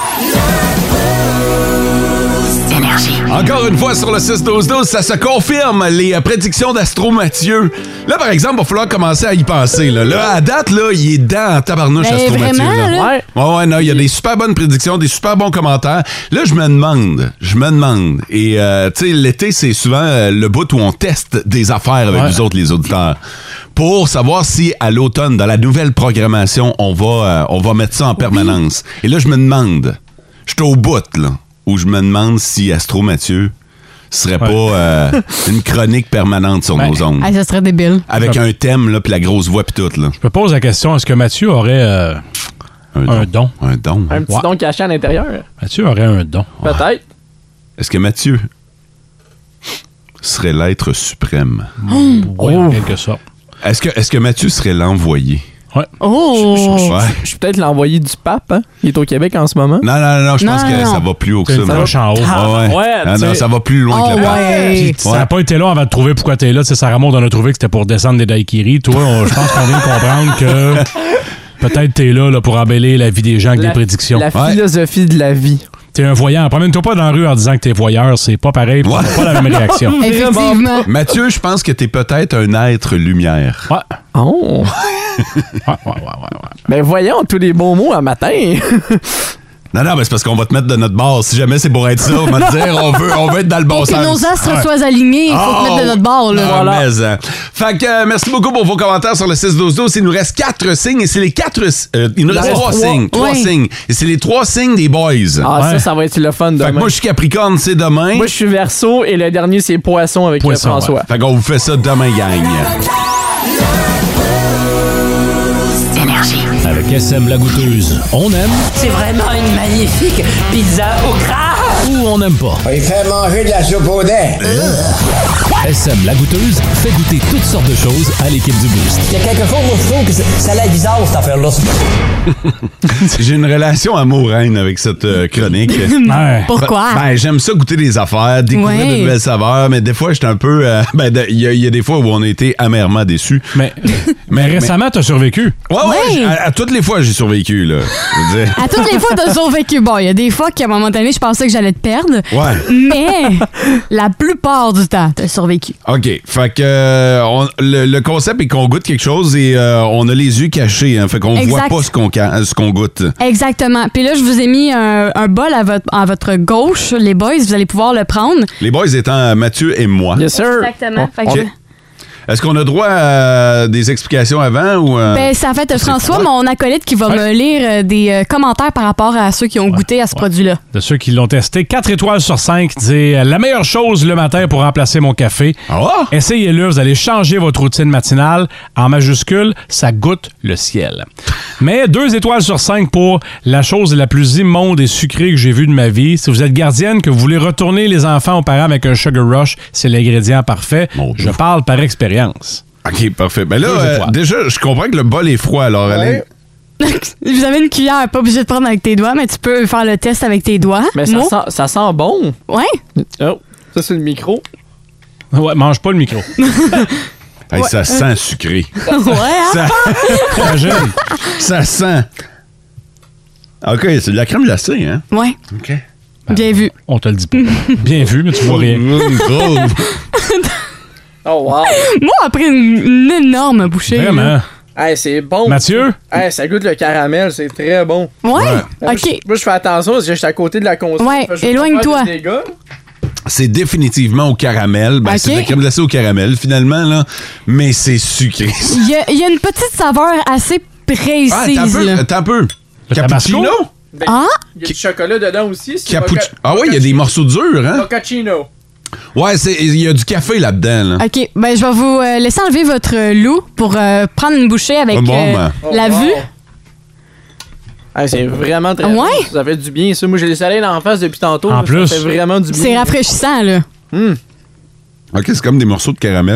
Encore une fois sur le six douze douze, ça se confirme, les euh, prédictions d'Astro Mathieu. Là, par exemple, il va falloir commencer à y penser. Là, là à date, là, il est dans en tabarnouche, ben, Astro Mathieu. Là. Là. Ouais. Ouais, ouais, non, il y a des super bonnes prédictions, des super bons commentaires. Là, je me demande, je me demande. Et, euh, tu sais, l'été, c'est souvent euh, le bout où on teste des affaires avec ouais. vous autres, les auditeurs. Pour savoir si, à l'automne, dans la nouvelle programmation, on va, euh, on va mettre ça en permanence. Oui. Et là, je me demande, je suis au bout, là. Où je me demande si Astro Mathieu serait ouais. pas euh, une chronique permanente sur ouais. nos ondes. Ah, ça serait débile. Avec un thème, là, puis la grosse voix, puis tout, là. Je me pose la question, est-ce que Mathieu aurait euh, un, un don? don? Un don. Un petit ouais. don caché à l'intérieur. Mathieu aurait un don. Peut-être. Ouais. Est-ce que Mathieu serait l'être suprême? Oui, oh. en quelque sorte. Est-ce que, est-ce que Mathieu serait l'envoyé? Ouais. Oh! Je, je, ouais. je suis peut-être l'envoyé du pape, hein? Il est au Québec en ce moment. Non, non, non, je pense non, que non. ça va plus haut que ça. Ça va en haut. Ah, ouais. ouais ah, non, ça va plus loin oh, que le pape. Ouais. Puis, ça n'a pas été long avant de trouver pourquoi t'es là. T'sais, Sarah Maud en a trouvé que c'était pour descendre des daiquiris. Toi, on, je pense qu'on vient de comprendre que peut-être t'es là, là pour embellir la vie des gens avec la, des prédictions. La ouais. philosophie de la vie. T'es un voyant. Promène-toi pas dans la rue en disant que t'es voyeur. C'est pas pareil. Ouais. C'est pas la même réaction. Effectivement. Mathieu, je pense que t'es peut-être un être lumière. Ouais. Oh. ouais, ouais, ouais, ouais, ouais. Ben voyons, tous les bons mots à matin. Non, non, mais c'est parce qu'on va te mettre de notre bord. Si jamais c'est pour être ça, on va te dire, on veut, on veut être dans le bon pour sens. Pour que nos astres ouais. soient alignés, il faut oh, te mettre de notre bord. Là. Non, voilà. mais, euh, fait que, euh, merci beaucoup pour vos commentaires sur le six douze douze. Il nous reste quatre signes et c'est les quatre... Euh, il nous reste trois, trois signes. Trois ouais. signes. Et c'est les trois signes des boys. Ah, ouais. ça, ça va être le fun demain. Fait que moi, je suis Capricorne, c'est demain. Moi, je suis Verseau et le dernier, c'est Poisson avec Poisson, François. Ouais. Fait qu'on vous fait ça demain, gang. Avec S M La Goûteuse, on aime. C'est vraiment une magnifique pizza au gras. Ou on n'aime pas. Il fait manger de la soupe au dent. S M La Goûteuse fait goûter toutes sortes de choses à l'équipe du Boost. Il y a quelque chose, moi, je trouve que ça a l'air bizarre, cette affaire-là. J'ai une relation amoureuse avec cette euh, chronique. Pourquoi? Ben, ben, j'aime ça goûter des affaires, découvrir ouais. de nouvelles saveurs, mais des fois, j'étais un peu... Euh, ben, il y, y a des fois où on a été amèrement déçus. Mais, mais, mais récemment, t'as survécu. Ouais, ouais. ouais à, à toutes les fois, j'ai survécu, là. Je veux dire. À toutes les fois, t'as survécu. Bon, il y a des fois qu'à un moment donné, je pensais que j'allais te perdre. Ouais. Mais la plupart du temps, t'as survécu. OK. Fait que euh, on, le, le concept est qu'on goûte quelque chose et euh, on a les yeux cachés. Hein, fait qu'on exact. voit pas ce qu'on, ce qu'on goûte. Exactement. Puis là, je vous ai mis un, un bol à votre, à votre gauche, les boys. Vous allez pouvoir le prendre. Les boys étant Mathieu et moi. Yes, sir. Exactement. Oh, okay. Est-ce qu'on a droit à des explications avant ou... Euh... Ben, c'est en fait François, quoi? Mon acolyte, qui va ouais. me lire euh, des euh, commentaires par rapport à ceux qui ont ouais. goûté à ce ouais. produit-là. De ceux qui l'ont testé. quatre étoiles sur cinq. C'est la meilleure chose le matin pour remplacer mon café. Oh! Essayez-le, vous allez changer votre routine matinale. En majuscule, ça goûte le ciel. Mais deux étoiles sur cinq pour la chose la plus immonde et sucrée que j'ai vue de ma vie. Si vous êtes gardienne, que vous voulez retourner les enfants aux parents avec un sugar rush, c'est l'ingrédient parfait. Mon Je Dieu. parle par expérience. OK, parfait. Ben là, euh, déjà, je comprends que le bol est froid, alors, ouais. Alain. Vous avez une cuillère, pas obligé de prendre avec tes doigts, mais tu peux faire le test avec tes doigts. Mais ça sent, ça sent bon. Ouais. Oh, ça, c'est le micro. Ouais, mange pas le micro. Hey, ouais. Ça sent sucré. Ouais, hein? Ça, ça sent. OK, c'est de la crème glacée, hein? Ouais. OK. Bien vu. On te le dit pas. Bien vu, mais tu vois rien. Oh, wow! Moi, après une, une énorme bouchée. Vraiment? Hey, c'est bon. Mathieu? Hey, ça goûte le caramel, c'est très bon. Ouais? ouais. Moi, OK. Je, moi, je fais attention parce que je suis à côté de la console. Ouais, éloigne-toi. C'est définitivement au caramel. Ben, okay. C'est de la crème glacée au caramel, finalement, là. Mais c'est sucré. Il y, a, il y a une petite saveur assez précise. Ah, t'as un peu. T'as un peu. Cappuccino? Ben, ah? Il y a du chocolat dedans aussi. Capuch... Mocha... Ah oui, il y a des morceaux durs, hein? Mochaccino. Ouais, il y a du café là-dedans. Là. OK. Ben, je vais vous euh, laisser enlever votre euh, loup pour euh, prendre une bouchée avec oh, bon, euh, ben. la oh, wow. vue. Hey, c'est vraiment très ouais? bon. Ça fait du bien, ça. Moi, j'ai les salades en face depuis tantôt. En là, plus. Ça fait vraiment du bien. C'est rafraîchissant, là. Mm. OK, c'est comme des morceaux de caramel.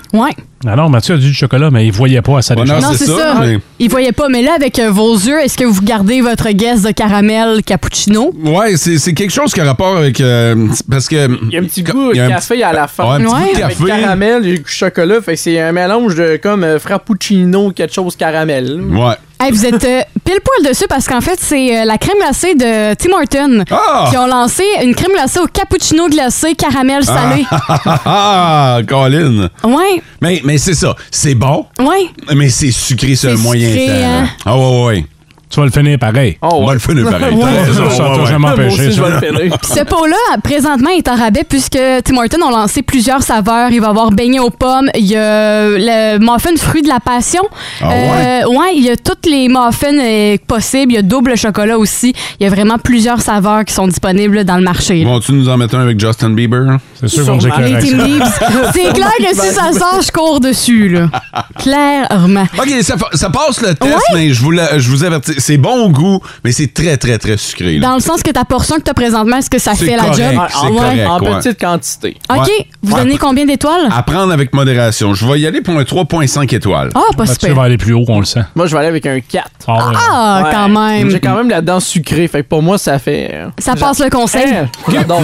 Ouais. Ah non, Mathieu a dit du chocolat, mais il voyait pas à sa décharge. Non, c'est ça. ça. Mais... Il voyait pas. Mais là, avec euh, vos yeux, est-ce que vous gardez votre guess de caramel cappuccino? Ouais, c'est, c'est quelque chose qui a rapport avec... Euh, parce que... Il y a un petit goût de café à la fin. Ouais, un petit ouais. goût de café. Avec caramel et chocolat. Fait que c'est un mélange de comme euh, frappuccino, quelque chose caramel. Ouais. Hey, vous êtes euh, pile poil dessus parce qu'en fait, c'est euh, la crème glacée de Tim Hortons ah! qui ont lancé une crème glacée au cappuccino glacé caramel salé. Ah, ah, ah, ah Colin! Ouais. Mais, mais c'est ça. C'est bon. Ouais. Mais c'est sucré sur c'est un moyen sucré, temps. Hein? Ah ouais, ouais. Tu vas le finir pareil. Oh, On va le finir pareil. Ouais. Ça, ça, ça t'a jamais empêché, ça. Puis ce pot-là, présentement, est en rabais puisque Tim Hortons ont lancé plusieurs saveurs. Il va y avoir beignet aux pommes, il y a le muffin fruit de la passion. Ah euh, ouais? Ouais, il y a toutes les muffins euh, possibles. Il y a double chocolat aussi. Il y a vraiment plusieurs saveurs qui sont disponibles dans le marché. Là. Vont-tu nous en mettre un avec Justin Bieber? C'est sûr qu'on dit que les Team Leaves. C'est clair que si ça sort, je cours dessus. Là. Clairement. OK, ça, ça passe le test, ouais? mais je vous, la, je vous avertis. C'est bon au goût, mais c'est très, très, très sucré. Là. Dans le sens que ta portion que tu as présentement, est-ce que ça c'est fait correct, la job? C'est ouais. correct, en ouais. petite quantité. OK. Ouais. Vous Ouais. donnez combien d'étoiles? À prendre avec modération. Je vais y aller pour un trois virgule cinq étoiles. Ah, pas Mathieu super. va aller plus haut, on le sent. Moi, je vais aller avec un quatre. Ah, ouais. Ah, Ouais. quand même. J'ai quand même la dent sucrée. Fait que pour moi, ça fait... euh, Ça passe le conseil. Hein, j'adore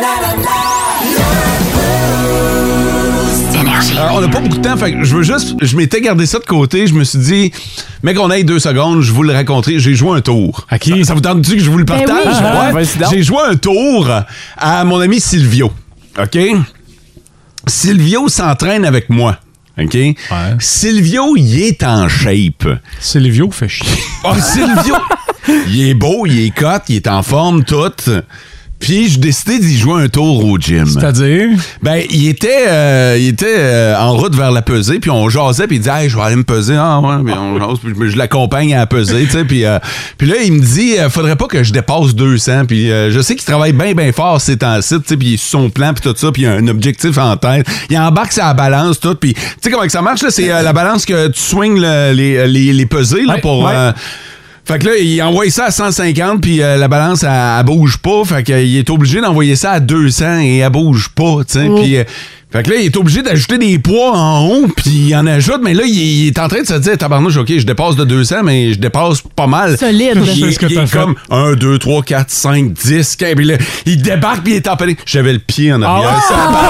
Euh, on n'a pas beaucoup de temps, fait que je veux juste. Je m'étais gardé ça de côté. Je me suis dit, mec, on aille deux secondes, je vous le raconterai. J'ai joué un tour. À qui? Ça, ça vous tente-tu que je vous le Ben partage? oui. Ah, Ouais. vas-y donc. J'ai joué un tour à mon ami Silvio. OK? Silvio s'entraîne avec moi. OK? Silvio, il est en shape. Silvio fait chier. Oh, Silvio, il est beau, il est cut, il est en forme, tout. Puis, j'ai décidé d'y jouer un tour au gym. C'est-à-dire? Ben, il était, euh, il était euh, en route vers la pesée, puis on jasait, puis il disait, hey, je vais aller me peser. Ah, ouais, puis on jase, puis je, je l'accompagne à la pesée, tu sais. Puis, euh, puis là, il me dit, euh, faudrait pas que je dépasse deux cents. Puis, euh, je sais qu'il travaille bien, bien fort ces temps-ci, tu sais, puis il est sur son plan, puis tout ça, puis il a un objectif en tête. Il embarque sa balance, tout. Puis, tu sais comment que ça marche, là? C'est euh, la balance que tu swings le- les, les, les pesées, là, Ouais, pour. ouais. euh, Fait que là, il envoie ça à cent cinquante, puis euh, la balance, elle, elle bouge pas. Fait qu'il est obligé d'envoyer ça à deux cents et elle bouge pas, tu sais. Oh. Puis, euh, fait que là, il est obligé d'ajouter des poids en haut, puis il en ajoute. Mais là, il, il est en train de se dire, tabarnouche, OK, je dépasse de deux cents, mais je dépasse pas mal. Solide. Il, C'est ce que il t'as est fait. comme un, deux, trois, quatre, cinq, dix, quinze. Puis là, il débarque, puis il est empalé. J'avais le pied en arrière.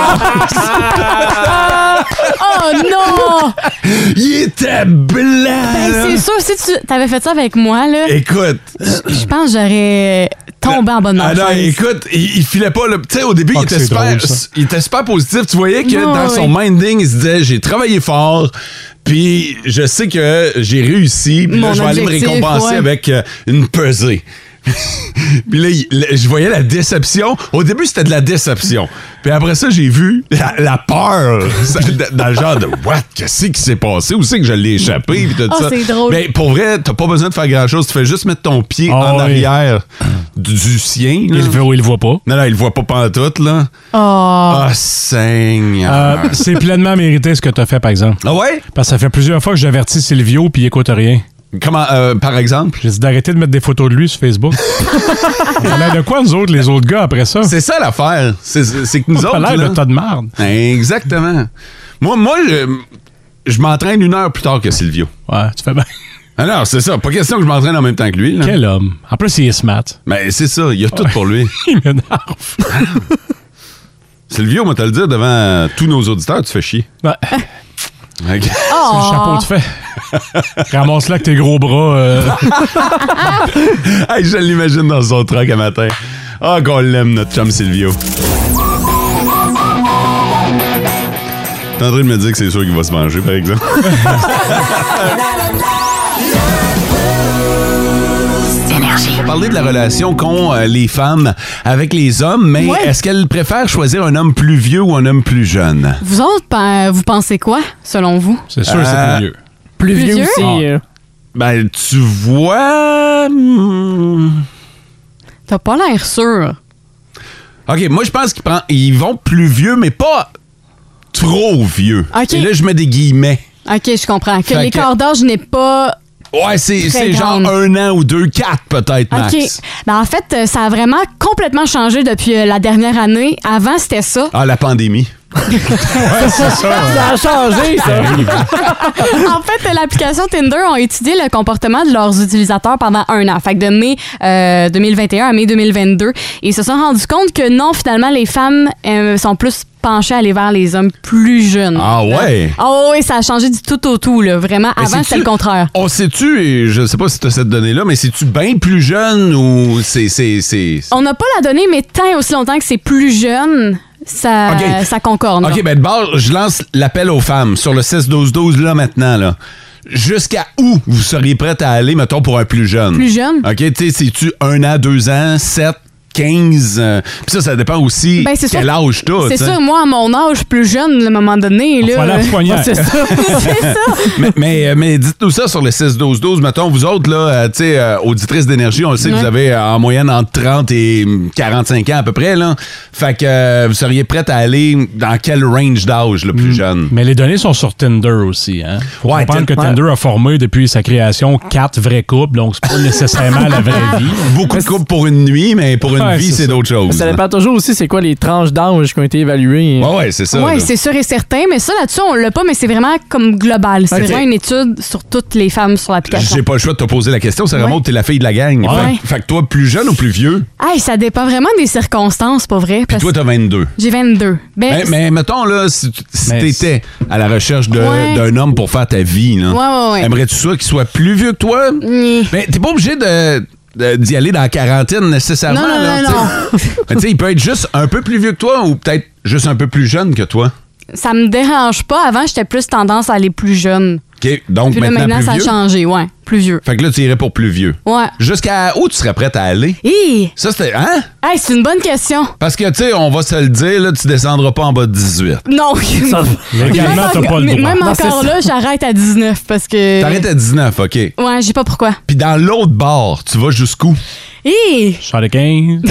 Oh non! Il était blanc! Ben, là. c'est sûr, si tu t'avais fait ça avec moi, là, Écoute. je pense que j'aurais tombé en bas de Ah ma non, chaise. écoute, il, il filait pas. là. Tu sais, au début, Ah, il, que était c'est super, drôle, ça. il était super positif. Tu voyais que Non, dans son oui. minding, il se disait, j'ai travaillé fort, puis je sais que j'ai réussi, puis là, Mon je vais aller me objectif, récompenser ouais. avec euh, une pesée. Puis là, il- là, je voyais la déception. Au début, c'était de la déception. Puis après ça, j'ai vu la, la peur ça, dans le genre de « What? Qu'est-ce qui s'est passé? Où c'est que je l'ai échappé? » Puis tout Oh, ça. c'est drôle. Mais pour vrai, t'as pas besoin de faire grand-chose. Tu fais juste mettre ton pied Ah en oui. arrière du, du sien. là. Il le voit, il le voit pas. Non, non, il le voit pas pantoute, là. Oh. Ah, Seigneur. Euh, c'est pleinement mérité ce que tu as fait, par exemple. Ah ouais? Parce que ça fait plusieurs fois que j'avertis Silvio puis il écoute rien. Comment, euh, par exemple? J'ai dit d'arrêter de mettre des photos de lui sur Facebook. On a l'air de quoi, nous autres, les autres gars, après ça? C'est ça l'affaire. C'est, c'est c'est que nous On a autres. l'air là- de tas de marde. Exactement. Moi, moi je, je m'entraîne une heure plus tard que Silvio. Ouais, tu fais bien. Alors, c'est ça. Pas question que je m'entraîne en même temps que lui. Là. Quel homme. En plus, il est smart. Mais c'est ça. Il y a tout pour lui. Il m'énerve. Silvio, moi, te le dire devant tous nos auditeurs, tu fais chier. Ouais. Ok. C'est Oh. le chapeau que tu fais. Ramasse-le avec tes gros bras. euh. Hey, je l'imagine dans son truck à matin. Ah, qu'on l'aime, notre chum Silvio. T'es en train de me dire que c'est sûr qu'il va se manger, par exemple? On va parler de la relation qu'ont euh, les femmes avec les hommes, mais Ouais. est-ce qu'elles préfèrent choisir un homme plus vieux ou un homme plus jeune? Vous autres, ben, vous pensez quoi, selon vous? C'est sûr, c'est Euh, plus vieux. Plus Plus vieux vieux? aussi. euh. Ben, tu vois... hmm, T'as pas l'air sûr. OK, moi, je pense qu'ils prend- ils vont plus vieux, mais pas trop vieux. OK. Et là, je mets des guillemets. OK, je comprends. Que Fait l'écart que- d'âge n'est pas Ouais, c'est, Très c'est genre grande. un an ou deux, quatre peut-être, max. OK. Ben, en fait, euh, ça a vraiment complètement changé depuis euh, la dernière année. Avant, c'était ça. Ah, la pandémie. Ouais, c'est ça. Ça a changé, ça. En fait, l'application Tinder a étudié le comportement de leurs utilisateurs pendant un an. Fait que de mai euh, deux mille vingt et un à mai deux mille vingt-deux. Et ils se sont rendus compte que non, finalement, les femmes euh, sont plus penchées à aller vers les hommes plus jeunes. Ah ouais? Ah oui, ça a changé du tout au tout, là. Vraiment. Mais Avant, c'est-tu- c'était le contraire. On sait-tu, et je sais pas si tu as cette donnée-là, mais c'est-tu bien plus jeune ou c'est. c'est, c'est... On n'a pas la donnée, mais tant et aussi longtemps que c'est plus jeune, ça, OK. ça concorde. là. OK, ben de bord, je lance l'appel aux femmes sur le six douze douze là maintenant, là. Jusqu'à où vous seriez prête à aller, mettons, pour un plus jeune? Plus jeune? OK, tu sais, c'est-tu un an, deux ans, sept, quinze? euh, Puis ça, ça dépend aussi Ben, c'est quel sûr- âge t'as. C'est tu sais. sûr, moi, à mon âge, plus jeune, à un moment donné, là. Voilà, euh, poignard. C'est ça. c'est ça. mais, mais, mais dites-nous ça sur le six douze douze. Mettons, vous autres, là, euh, tu sais, euh, auditrices d'énergie, on le sait que Ouais. vous avez euh, en moyenne entre trente et quarante-cinq ans à peu près, là. Fait que euh, vous seriez prête à aller dans quel range d'âge, le plus jeune? Mais les données sont sur Tinder aussi. Hein? Faut Ouais, comprendre que Tin- Tinder a formé depuis sa création quatre vrais couples, donc c'est pas nécessairement la vraie vie. Beaucoup de couples pour une nuit, mais pour une Ouais, vie, c'est c'est ça. d'autres choses. Ça dépend toujours aussi c'est quoi les tranches d'âge qui ont été évaluées. Ouais, ouais, c'est ça. Oui, là. c'est sûr et certain, mais ça, là-dessus, on l'a pas, mais c'est vraiment comme global. C'est Ok. vraiment une étude sur toutes les femmes sur l'application. J'ai pas le choix de te poser la question. C'est Ouais. vraiment que t'es la fille de la gang. Ouais. Fait, fait que toi, plus jeune ou plus vieux? Hey, ça dépend vraiment des circonstances, pas vrai? Puis Parce toi, t'as vingt-deux. j'ai vingt-deux. Ben, Mais, mais mettons, là, si, tu- si Mais t'étais à la recherche de- Ouais. d'un homme pour faire ta vie, là, Ouais, ouais, ouais. aimerais-tu ça qu'il soit plus vieux que toi? Ni- Mais t'es pas obligé de, de- d'y aller dans la quarantaine nécessairement. Non, non, là, non, t'sais. Mais tu sais, il peut être juste un peu plus vieux que toi ou peut-être juste un peu plus jeune que toi. Ça me dérange pas. Avant, j'étais plus tendance à aller plus jeune. OK, donc Puis là, maintenant, maintenant, plus ça a vieux. changé, ouais. Plus vieux. Fait que là, tu irais pour plus vieux. Ouais. Jusqu'à où tu serais prête à aller? Hi! Ça, c'était... Hein? Hey, c'est une bonne question. Parce que, tu sais, on va se le dire, là, tu descendras pas en bas de dix-huit. Non. Légalement, Même t'as encore- pas le mais droit. Même Non, c'est encore ça. là, j'arrête à dix-neuf parce que. T'arrêtes à dix-neuf, OK. Ouais, je sais pas pourquoi. Puis dans l'autre bord, tu vas jusqu'où? Hi! Charles quinze.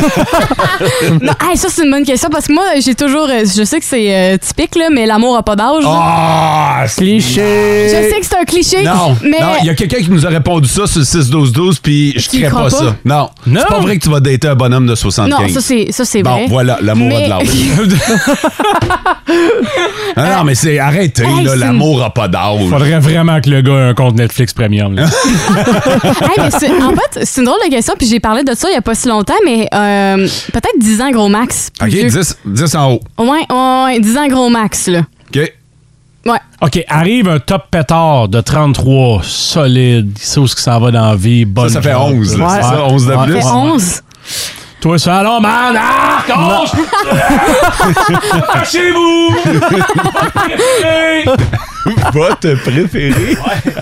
Non, hey, ça, c'est une bonne question parce que moi, j'ai toujours. euh, Je sais que c'est euh, typique, là, mais l'amour a pas d'âge. là. Ah! c'est- Cliché. Je sais que c'est un cliché. Non, mais. non, il y a quelqu'un qui nous a répondu ça sur le six douze douze, puis je Tu y ferais crois pas, pas? ça. Non. Non? C'est pas vrai que tu vas dater un bonhomme de soixante-quinze. Non, ça, c'est, ça, c'est Bon, vrai. voilà, l'amour a Mais- de l'âge. non, non, mais c'est arrêtez, Hey, là, c'est l'amour a pas d'âge. Faudrait vraiment que le gars ait un compte Netflix Premium. Là. Hey, mais c'est- en fait, c'est une drôle de question, puis j'ai parlé de ça il y a pas si longtemps, mais euh, peut-être dix ans gros max. OK, Plus vieux. dix, dix en haut. Ouais, ouais, ouais, dix ans gros max, là. OK. Ouais. OK, arrive un top pétard de trente-trois, solide, il sait où ce qui s'en va dans la vie, bonne Ça, ça fait job. onze, là, Ouais. c'est ça, onze de Ouais. plus. Ça fait onze. Toi, ça, allons, man! Ah, onze! Chez vous! Votre préféré?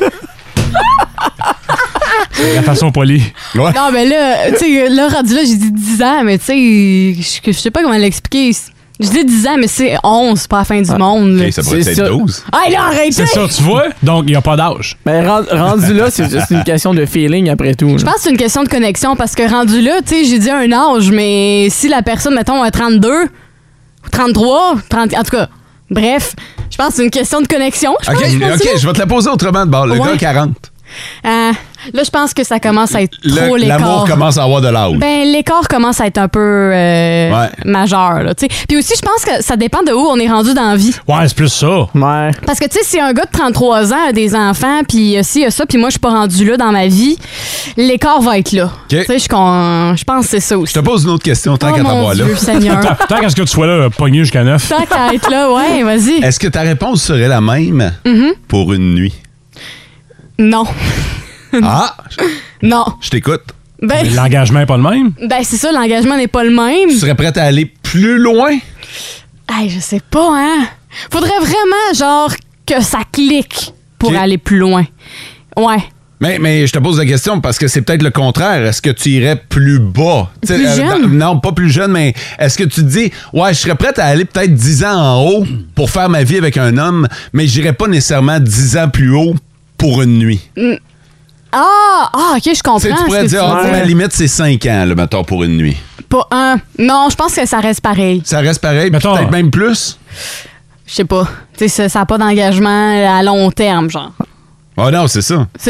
La façon polie. Ouais. Non, mais là, tu sais, là, rendu là, j'ai dit dix ans, mais tu sais, je je sais pas comment l'expliquer. Je dis dix ans, mais c'est onze, pas la fin du monde. là. OK, ça pourrait C'est être ça. douze. Hey, là, arrêtez! C'est ça, tu vois? Donc, il n'y a pas d'âge. Mais ren- rendu là, c'est juste une question de feeling après tout. Je pense que c'est une question de connexion parce que rendu là, tu sais, j'ai dit un âge, mais si la personne, mettons, a trente-deux, trente-trois, trente, en tout cas, bref, je pense que c'est une question de connexion. Je OK, pense, rendu OK, là. je vais te la poser autrement de bord. Le Ouais. gars quarante. Euh, là, je pense que ça commence à être Le- trop l'écart. L'amour commence à avoir de l'âge. Ben, l'écart commence à être un peu euh, Ouais. majeur, là, tu sais. Puis aussi, je pense que ça dépend de où on est rendu dans la vie. Ouais, c'est plus ça. Ouais. Parce que, tu sais, si un gars de trente-trois ans a des enfants, puis euh, si y a ça, puis moi, je suis pas rendu là dans ma vie, l'écart va être là. Tu sais, je con- je pense que c'est ça aussi. Je te pose une autre question tant Oh qu'à mon t'avoir là. Dieu, Seigneur. Tant, tant qu'à ce que tu sois là, pogné jusqu'à neuf. Tant qu'à être là, ouais, vas-y. Est-ce que ta réponse serait la même Mhm. pour une nuit? Non. Ah, Non. je t'écoute. Ben, L'engagement n'est pas le même. ben c'est ça, l'engagement n'est pas le même. Tu serais prête à aller plus loin? Hey, je sais pas, hein. Faudrait vraiment, genre, que ça clique pour Ok. aller plus loin. Ouais. Mais, mais je te pose la question parce que c'est peut-être le contraire. Est-ce que tu irais plus bas? Plus T'sais, jeune? dans- non, pas plus jeune, mais est-ce que tu te dis, ouais, je serais prête à aller peut-être dix ans en haut pour faire ma vie avec un homme, mais j'irais pas nécessairement dix ans plus haut pour une nuit? Mm. Ah, ah, ok, je comprends. Tu sais, tu ce pourrais que dire, tu ah, veux ma limite, c'est cinq ans, là, mettons, pour une nuit. Pas un. Non, je pense que ça reste pareil. Ça reste pareil, Mettons- peut-être même plus? Je sais pas. Tu sais, ça n'a pas d'engagement à long terme, genre. Ah non, c'est ça. C'est ça.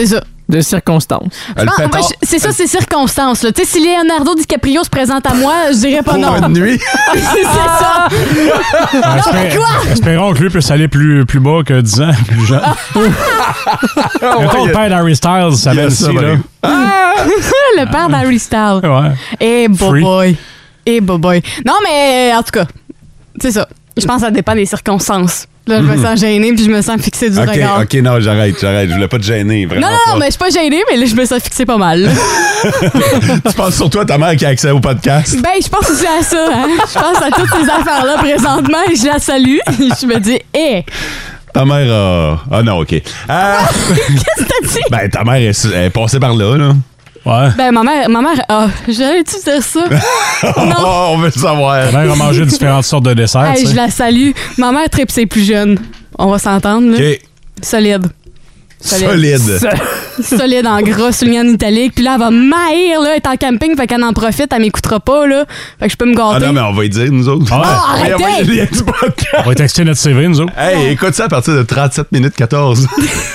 De circonstances. Je pense- moi, je- c'est ça, c'est circonstances. Là. Tu sais, si Leonardo DiCaprio se présente à moi, je dirais pas Pour non. une nuit. c'est ça. Ah, non, mais espé- quoi? Espérons que lui puisse aller plus, plus bas que dix ans, plus jeune. Mettons le père d'Harry Styles, ça Il y a va ça, ici, là. ouais. Le père d'Harry Styles. Ouais. Eh, Free. boy. Eh, boy. Non, mais en tout cas, c'est ça. Je pense que ça dépend des circonstances. Là, je me sens gênée puis je me sens fixée du OK, regard. OK, non, j'arrête, j'arrête. Je voulais pas te gêner, vraiment. Non, non, non, mais je suis pas gênée, mais là, je me sens fixée pas mal. là. Tu penses sur toi, ta mère qui a accès au podcast? Ben, je pense aussi à ça. Hein? Je pense à toutes ces affaires-là présentement et je la salue. Je me dis, hé, Ta mère a... Ah non, OK. Euh, qu'est-ce que t'as dit? Ben, ta mère est, est passée par là, là. Ouais. Ben, ma mère, ma mère, ah, j'allais-tu dire ça? Non. Oh, on veut le savoir. Ta mère a mangé différentes sortes de desserts. Hey, tu sais. je la salue. Ma mère tripe ses plus jeunes. On va s'entendre, là. OK. Solide. Solide. Solide en gras, souligné en italique. Puis là, elle va m'haïr, là, elle est en camping, fait qu'elle en profite, elle m'écoutera pas, là. Fait que je peux me Ah gâter. non, mais on va y dire, nous autres. Ah ouais. Ah, On va y arrêtez! envoyer le lien du podcast. On va texter notre C V, nous autres. Hey, écoute ça à partir de trente-sept minutes quatorze.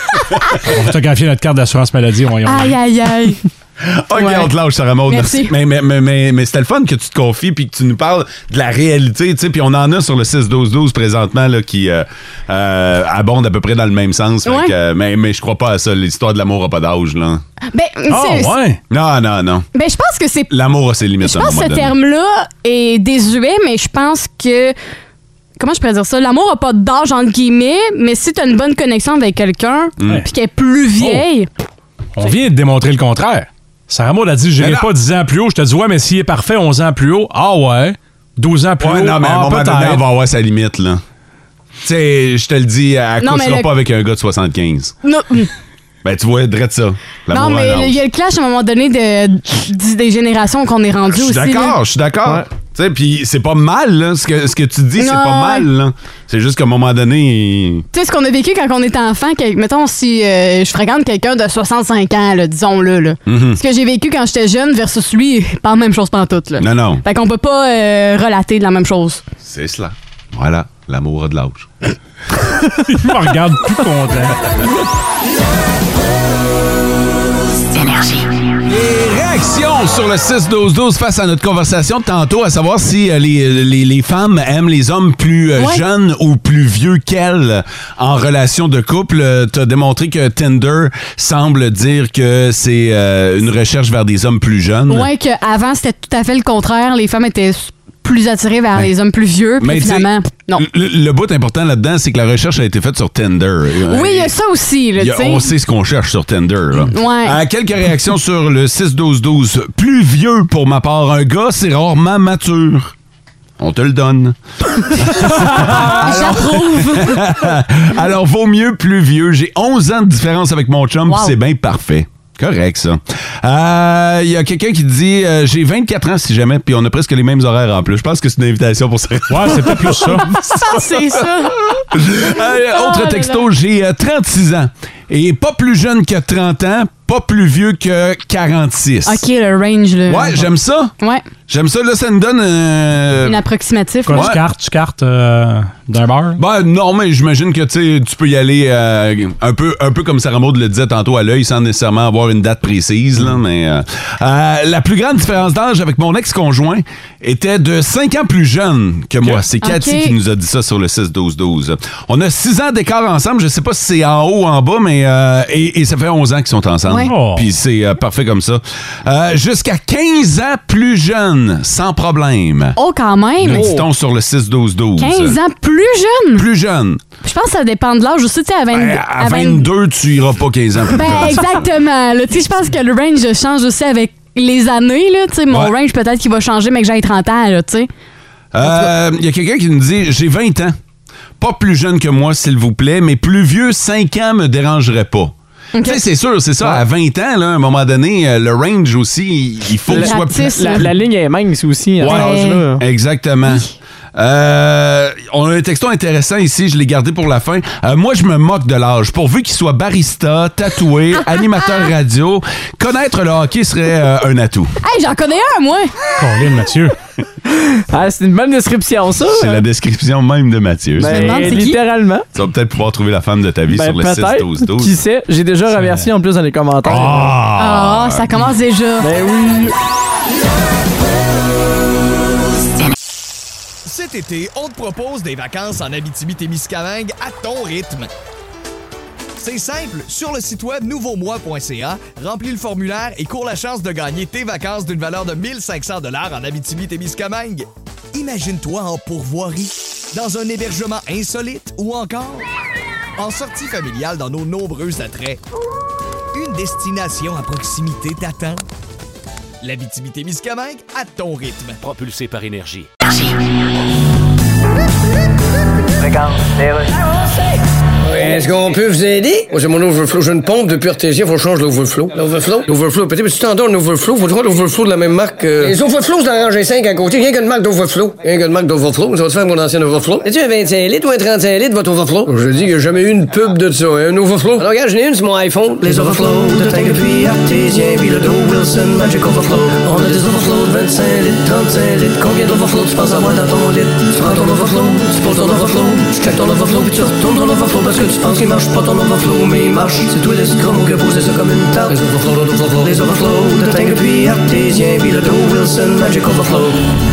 On va photographier notre carte d'assurance maladie. On va y Aïe, aïe, aïe. OK, Ouais. on te lâche, Sarah Maud. Merci. Mais, mais, mais, mais, mais c'était le fun que tu te confies puis que tu nous parles de la réalité, tu sais. Puis on en a sur le six douze douze présentement là, qui euh, euh, abondent à peu près dans le même sens. Fait Ouais. que, euh, mais, mais je crois pas à ça. L'histoire de l'amour a pas d'âge, là. Ben, Ah, c'est- ouais. Non, non, non. ben, je pense que c'est. L'amour a ses limites Je à un pense que moment ce donné. terme-là est désuet, mais je pense que. Comment je pourrais dire ça? L'amour a pas d'âge, entre guillemets, mais si t'as une bonne connexion avec quelqu'un, Mm. puis qu'elle est plus vieille. On vient de démontrer le contraire. Sarah Maud a dit, je Mais n'irai non. pas dix ans plus haut. Je te dis, ouais, mais s'il est parfait, onze ans plus haut. Ah ouais. douze ans plus Ouais, haut. non, mais à un ah, moment donné, peut-être. on va avoir sa limite, là. Tu sais, je te le dis, elle Non, mais couchera le- pas avec un gars de soixante-quinze. Non, Ben, tu vois, drette ça. L'amour non a un mais âge. il y a le clash à un moment donné de, de- des générations qu'on est rendu Je suis aussi. là. d'accord, je suis d'accord. Ouais. Tu sais, puis c'est pas mal, là. Ce que, ce que tu dis, c'est Non, pas ouais. mal, là. C'est juste qu'à un moment donné... Tu sais, ce qu'on a vécu quand on était enfant, que- mettons, si euh, je fréquente quelqu'un de soixante-cinq ans, là, disons-le, là. Mhm. Ce que j'ai vécu quand j'étais jeune versus lui, pas la même chose pantoute, là. Non, non, Fait qu'on peut pas euh, relater de la même chose. c'est cela. Voilà, l'amour a de l'âge. Il me regarde plus content. Les réactions sur le six douze douze face à notre conversation de tantôt, à savoir si euh, les, les, les femmes aiment les hommes plus euh, Ouais. jeunes ou plus vieux qu'elles en relation de couple. Euh, T'as démontré que Tinder semble dire que c'est euh, une recherche vers des hommes plus jeunes. Ouais, qu'avant, c'était tout à fait le contraire. Les femmes étaient plus attirées vers Ouais. les hommes plus vieux, puis Mais tu sais, finalement, non. Le, le bout important là-dedans, c'est que la recherche a été faite sur Tinder. Oui, il y a ça aussi, là, Il y a- tu sais. on sait ce qu'on cherche sur Tinder. Là. Ouais. Euh, quelques réactions sur le six douze douze. Plus vieux pour ma part. Un gars, c'est rarement mature. On te le donne. J'approuve. Alors, vaut mieux plus vieux. J'ai onze ans de différence avec mon chum, Wow. puis c'est bien parfait. Correct, ça. Il y a quelqu'un qui dit euh, j'ai vingt-quatre ans si jamais, puis on a presque les mêmes horaires en plus. Je pense que c'est une invitation pour ça. Ouais, c'est peut-être plus ça. C'est ça. Euh, autre Oh là texto, j'ai euh, trente-six ans. Et pas plus jeune que trente ans, pas plus vieux que quarante-six. OK, le range, là. Ouais, j'aime ça. Ouais, J'aime ça. Là, ça nous donne... euh, une approximative. Quoi, là. tu cartes, tu cartes euh, d'un bar? Ben non, mais j'imagine que tu sais, tu peux y aller euh, un peu un peu comme Sarah Maud le disait tantôt à l'œil, sans nécessairement avoir une date précise. Là, mais euh, euh, la plus grande différence d'âge avec mon ex-conjoint était de cinq ans plus jeune que moi. Ok. C'est Cathy Ok. qui nous a dit ça sur le six douze douze. On a six ans d'écart ensemble. Je sais pas si c'est en haut ou en bas, mais euh, et, et ça fait onze ans qu'ils sont ensemble. Ouais. Oh. Puis c'est euh, parfait comme ça. Euh, jusqu'à quinze ans plus jeune, sans problème. Oh, quand même. Nous dit-on sur le six douze douze. quinze ans plus jeune. Plus jeune. Je pense que ça dépend de l'âge aussi, tu sais, à, vingt- Ben, à à vingt- vingt-deux, tu iras pas quinze ans plus Ben, tard. exactement. là. Tu sais, je pense que le range change aussi avec les années, là. Tu sais, mon Ouais. range, peut-être qu'il va changer, mais que j'ai trente ans, là, tu sais. Il euh, y a quelqu'un qui nous dit j'ai vingt ans. Pas plus jeune que moi, s'il vous plaît, mais plus vieux, cinq ans me dérangerait pas. Ok. Tu sais, c'est sûr, c'est ça. À vingt ans, là, à un moment donné, euh, le range aussi, il faut que Le soit gratis, plus. La, la ligne est mince aussi à Ouais. cet âge-là. Exactement. Euh, on a un texto intéressant ici, je l'ai gardé pour la fin. Euh, moi, je me moque de l'âge. Pourvu qu'il soit barista, tatoué, animateur radio, connaître le hockey serait euh, un atout. Hey, j'en connais un, moi! Colin, Mathieu. Ah, c'est une bonne description, ça. C'est la description même de Mathieu. Ben, demande, c'est qui? littéralement. Tu vas peut-être pouvoir trouver la femme de ta vie Ben, sur le six peut-être. douze douze. Qui sait? J'ai déjà remercié en plus dans les commentaires. Ah, ça commence déjà. Ben oui. Cet été, on te propose des vacances en Abitibi-Témiscamingue à ton rythme. C'est simple, sur le site web nouveau moi point c a, remplis le formulaire et cours la chance de gagner tes vacances d'une valeur de mille cinq cents dollars en Abitibi-Témiscamingue. Imagine-toi en pourvoirie, dans un hébergement insolite ou encore en sortie familiale dans nos nombreux attraits. Une destination à proximité t'attend. L'Abitibi-Témiscamingue à ton rythme. Propulsé par Énergie. Regarde, les rues. Est-ce qu'on peut vous aider? Moi, c'est mon overflow. J'ai une pompe depuis artésien, faut que je change l'overflow. L'overflow? L'overflow. Peut-être que tu t'endors un overflow, faut trouver l'overflow de la même marque. Euh... Les overflows, c'est en rangée cinq à côté. Rien qu'une marque d'overflow. Rien qu'une marque d'overflow. Ça va te faire mon ancien overflow. As-tu un vingt-cinq litres ou un trente-cinq litres, votre overflow? Je dis qu'il n'y a jamais eu une pub de ça, hein, un overflow. Alors, regarde, j'en ai une sur mon iPhone. Les overflows de tank puis artésien, puis le dos Wilson Magic Overflow. On a des overflows de vingt-cinq litres, trente-cinq litres. Combien d'overflows tu penses avoir dans ton lit? Tu prends ton overflow, tu poses ton overflow, tu checkes ton overflow, puis tu retournes ton overflow parce que tu penses qu'il marche pas ton overflow, mais il marche. C'est tout l'escroc qui a posé ça comme une tarte. Les overflows, les overflows, les overflows de tank puis artésien, puis le dos Wilson Magic Overflow.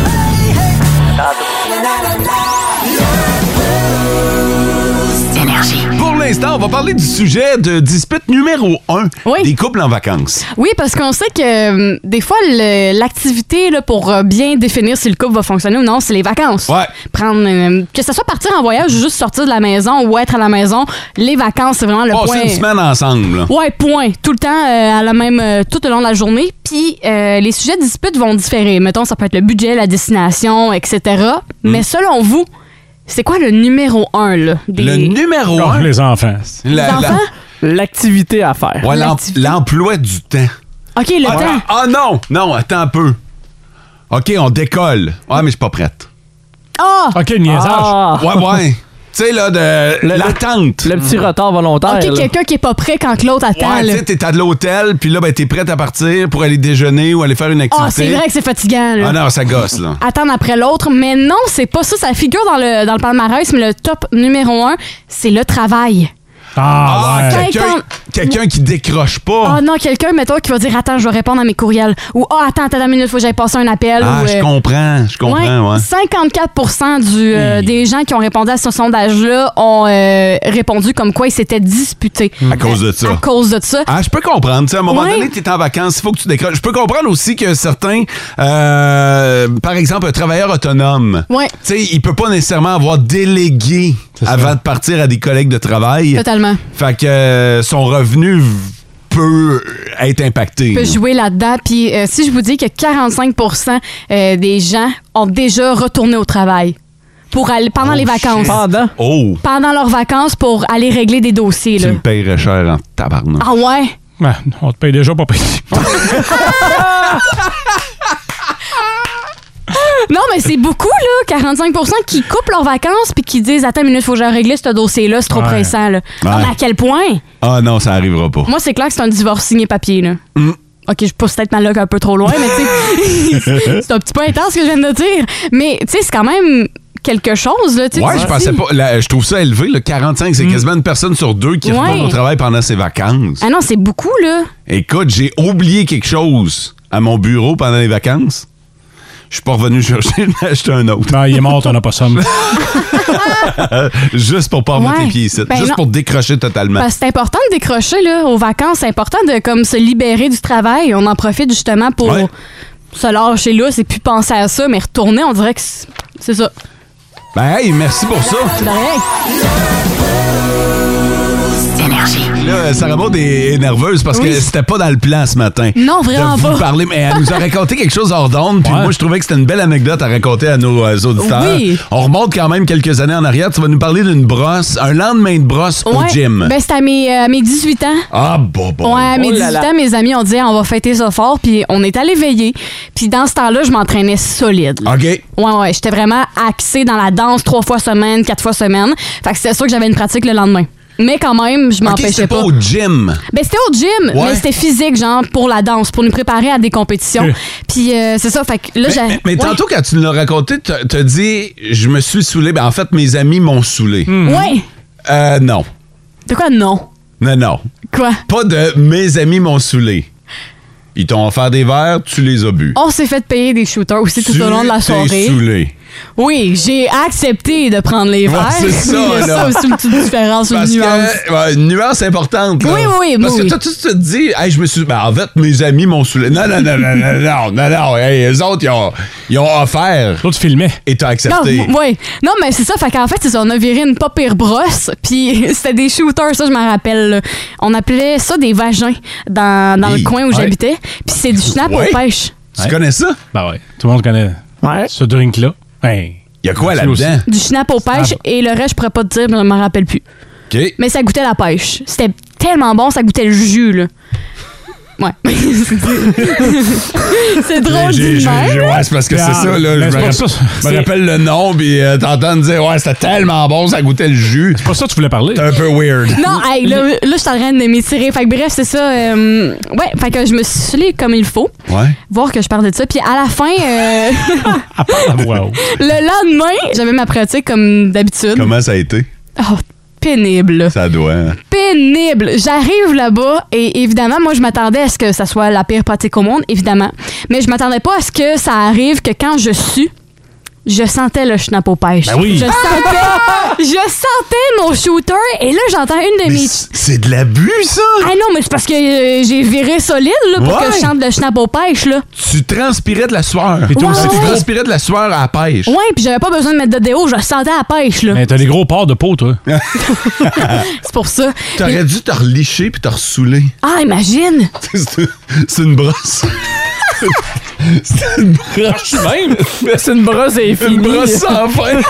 Pour l'instant, on va parler du sujet de dispute numéro un Oui. des couples en vacances. Oui, parce qu'on sait que euh, des fois, le- l'activité là, pour euh, bien définir si le couple va fonctionner ou non, c'est les vacances. Ouais. Prendre, euh, que ce soit partir en voyage ou juste sortir de la maison ou être à la maison, les vacances, c'est vraiment le Passer point. une semaine ensemble. là. Ouais, point. Tout le temps, euh, à la même, euh, tout au long de la journée. Puis, euh, les sujets de dispute vont différer. Mettons, ça peut être le budget, la destination, et cetera. Mm. Mais selon vous, c'est quoi le numéro un, là? Des... Le numéro Oh, un, les enfants. Les la- la- enfants? L'activité à faire. ouais, l'em- l'activité. l'emploi du temps. OK, le Ah, temps. ah non, non, attends un peu. OK, on décolle. Ouais, mais je suis pas prête. Ah! OK, le niaisage. Ah! Ouais, ouais. Tu sais, là, de Le- l'attente. Le petit retard volontaire. OK, là. quelqu'un qui est pas prêt quand que l'autre attend, Ouais, tu là. sais, t'es à l'hôtel, puis là, ben, t'es prête à partir pour aller déjeuner ou aller faire une activité. Ah, c'est vrai que c'est fatigant, là. Ah non, ça gosse, là. Attendre après l'autre. Mais non, c'est pas ça. Ça figure dans le, dans le palmarès, mais le top numéro un, c'est le travail. Ah, ouais. quelqu'un, Quand- quelqu'un qui décroche pas. Ah non, quelqu'un, mettons, qui va dire attends, je vais répondre à mes courriels. Ou ah, attends, attends une minute, faut que j'aille passer un appel. Ah, ou, je euh, comprends, je comprends, ouais. cinquante-quatre pour cent du, euh, des gens qui ont répondu à ce sondage-là ont euh, répondu comme quoi ils s'étaient disputés. À cause de ça. À cause de ça. Ah, je peux comprendre. Tu sais, à un moment Ouais. donné, tu es en vacances, il faut que tu décroches. Je peux comprendre aussi que certains, euh, par exemple, un travailleur autonome, Ouais. tu sais, il peut pas nécessairement avoir délégué avant de partir à des collègues de travail. Totalement. Fait que euh, son revenu v- peut être impacté. Peut là. jouer là-dedans. Puis euh, si je vous dis que quarante-cinq pour cent euh, des gens ont déjà retourné au travail pour aller pendant Oh, les vacances. shit. Pendant. Oh, Pendant leurs vacances pour aller régler des dossiers. tu Là. me payerais cher en tabarnak. Ah ouais? Ben, on te paye déjà pas payé. Non, mais c'est beaucoup, là, quarante-cinq pour cent qui coupent leurs vacances puis qui disent attends une minute, faut que je règle ce dossier-là, c'est trop Ouais. pressant. Là. Ouais. Non, mais à quel point? Ah non, ça arrivera pas. Moi, c'est clair que c'est un divorce signé papier. Là. Mm. OK, je pousse peut-être ma loque un peu trop loin, mais tu sais, c'est un petit peu intense ce que je viens de dire. Mais tu sais, c'est quand même quelque chose. Là, tu sais, Ouais, tu je dis- pensais pas. là, je trouve ça élevé, le quarante-cinq, c'est quasiment une personne sur deux qui Ouais. retourne au travail pendant ses vacances. Ah non, c'est beaucoup, là. Écoute, j'ai oublié quelque chose à mon bureau pendant les vacances. Je suis pas revenu chercher, je m'ai acheté un autre. Non, il est mort, t'en as pas ça. Juste pour pas remettre Ouais. les pieds ici. Ben Juste non. pour décrocher totalement. Parce que c'est important de décrocher là, aux vacances. C'est important de comme se libérer du travail. On en profite justement pour Ouais. se lâcher là, c'est plus penser à ça, mais retourner, on dirait que c'est c'est ça. Ben, hey, merci pour ça. C'est de rien. Là, Sarah Maud est nerveuse parce Oui. que c'était pas dans le plan ce matin. Non, vraiment de vous pas. parler, mais elle nous a raconté quelque chose hors d'onde, puis Ouais. moi, je trouvais que c'était une belle anecdote à raconter à nos euh, auditeurs. Oui. On remonte quand même quelques années en arrière. Tu vas nous parler d'une brosse, un lendemain de brosse au Ouais. gym. Ben, c'était à mes, euh, à mes dix-huit ans. Ah, bon, bon. Ouais, à mes Oh là dix-huit là. ans, mes amis ont dit on va fêter ça fort, puis on est allé veiller. Puis dans ce temps-là, je m'entraînais solide. là. OK. Ouais, ouais, j'étais vraiment axée dans la danse trois fois semaine, quatre fois semaine. Fait que c'était sûr que j'avais une pratique le lendemain. Mais quand même, je OK, m'empêchais c'était pas pas. au gym. Ben, c'était au gym, Ouais. mais c'était physique, genre, pour la danse, pour nous préparer à des compétitions. Oui. Puis euh, c'est ça, fait que là, Mais, j'ai. mais- mais Ouais. tantôt, quand tu nous l'as raconté, t'as t'as dit « Je me suis saoulé. » Ben, en fait, mes amis m'ont saoulé. Ouais. Euh, non. De quoi, non? Non, non. Quoi? Pas de « Mes amis m'ont saoulé ». Ils t'ont offert des verres, tu les as bu. On s'est fait payer des shooters aussi tout Tu au long de la t'es soirée. saoulé. Oui, j'ai accepté de prendre les Ouais, verres. c'est ça, Il y a là. ça aussi, une petite différence, une Parce nuance. que, ouais, une nuance importante. Là. Oui, oui, oui, Parce oui, que oui. toi, tu te dis, hey, je me suis. Ben, en fait, mes amis m'ont saoulé. Non, non, non, non, non, non, non, non. Hey, eux autres, ils ont, ils ont offert. L'autre filmait. Et t'as accepté. Non, oui. Non, mais c'est ça. Fait qu'en fait, c'est ça. On a viré une pas pire brosse. Puis c'était des shooters, ça, je m'en rappelle. là. On appelait ça des vagins dans, dans Hi. le coin où Ouais. j'habitais. Puis c'est du schnapp Ouais. aux pêches. Tu Ouais. connais ça? Ben ouais. Tout le monde connaît Ouais. ce drink-là. Ben, Il y a quoi c'est là-dedans? aussi. Du schnapp aux pêches. Ah. Et le reste, je pourrais pas te dire, mais je m'en rappelle plus. OK. Mais ça goûtait la pêche. C'était tellement bon, ça goûtait le jus, là. Ouais. C'est drôle J'ai- du j'ai- même. j'ai- Ouais, c'est parce que Mais c'est en- ça, là. mais Je c'est me pas rappelle, ça. je me C'est- rappelle le nom, puis euh, t'entends dire, ouais, c'était tellement bon, ça goûtait le jus. C'est pas ça que tu voulais parler. C'est un peu weird. Non, hey, là, là je suis en train de m'étirer. Fait que bref, c'est ça. euh, ouais, fait que je me suis saoulée comme il faut. Ouais. Voir que je parle de ça. Puis à la fin, euh, À part la voix haute. le lendemain, j'avais ma pratique comme d'habitude. Comment ça a été? Oh, pénible. Ça doit. hein. Pénible. J'arrive là-bas et évidemment, moi, je m'attendais à ce que ça soit la pire pratique au monde, évidemment. Mais je m'attendais pas à ce que ça arrive que quand je sue, je sentais le schnapp aux pêches. Ben oui. Je sentais, je sentais mon shooter et là, j'entends une de Mais mes... c- c'est de l'abus, ça! Ah non, mais c'est parce que euh, j'ai viré solide là, pour Ouais. que je chante le schnapp aux pêches, là. Tu transpirais de la sueur. Et toi Ouais, aussi, Tu ouais. transpirais de la sueur à la pêche. Ouais, puis j'avais pas besoin de mettre de déo, je sentais à la pêche, là. Mais t'as des gros porcs de peau, toi. C'est pour ça. T'aurais dû te relicher puis te ressouler. Ah, imagine! C'est c'est une brosse. C'est une brosse. Même. C'est une brosse Une infinie. brosse sans fin.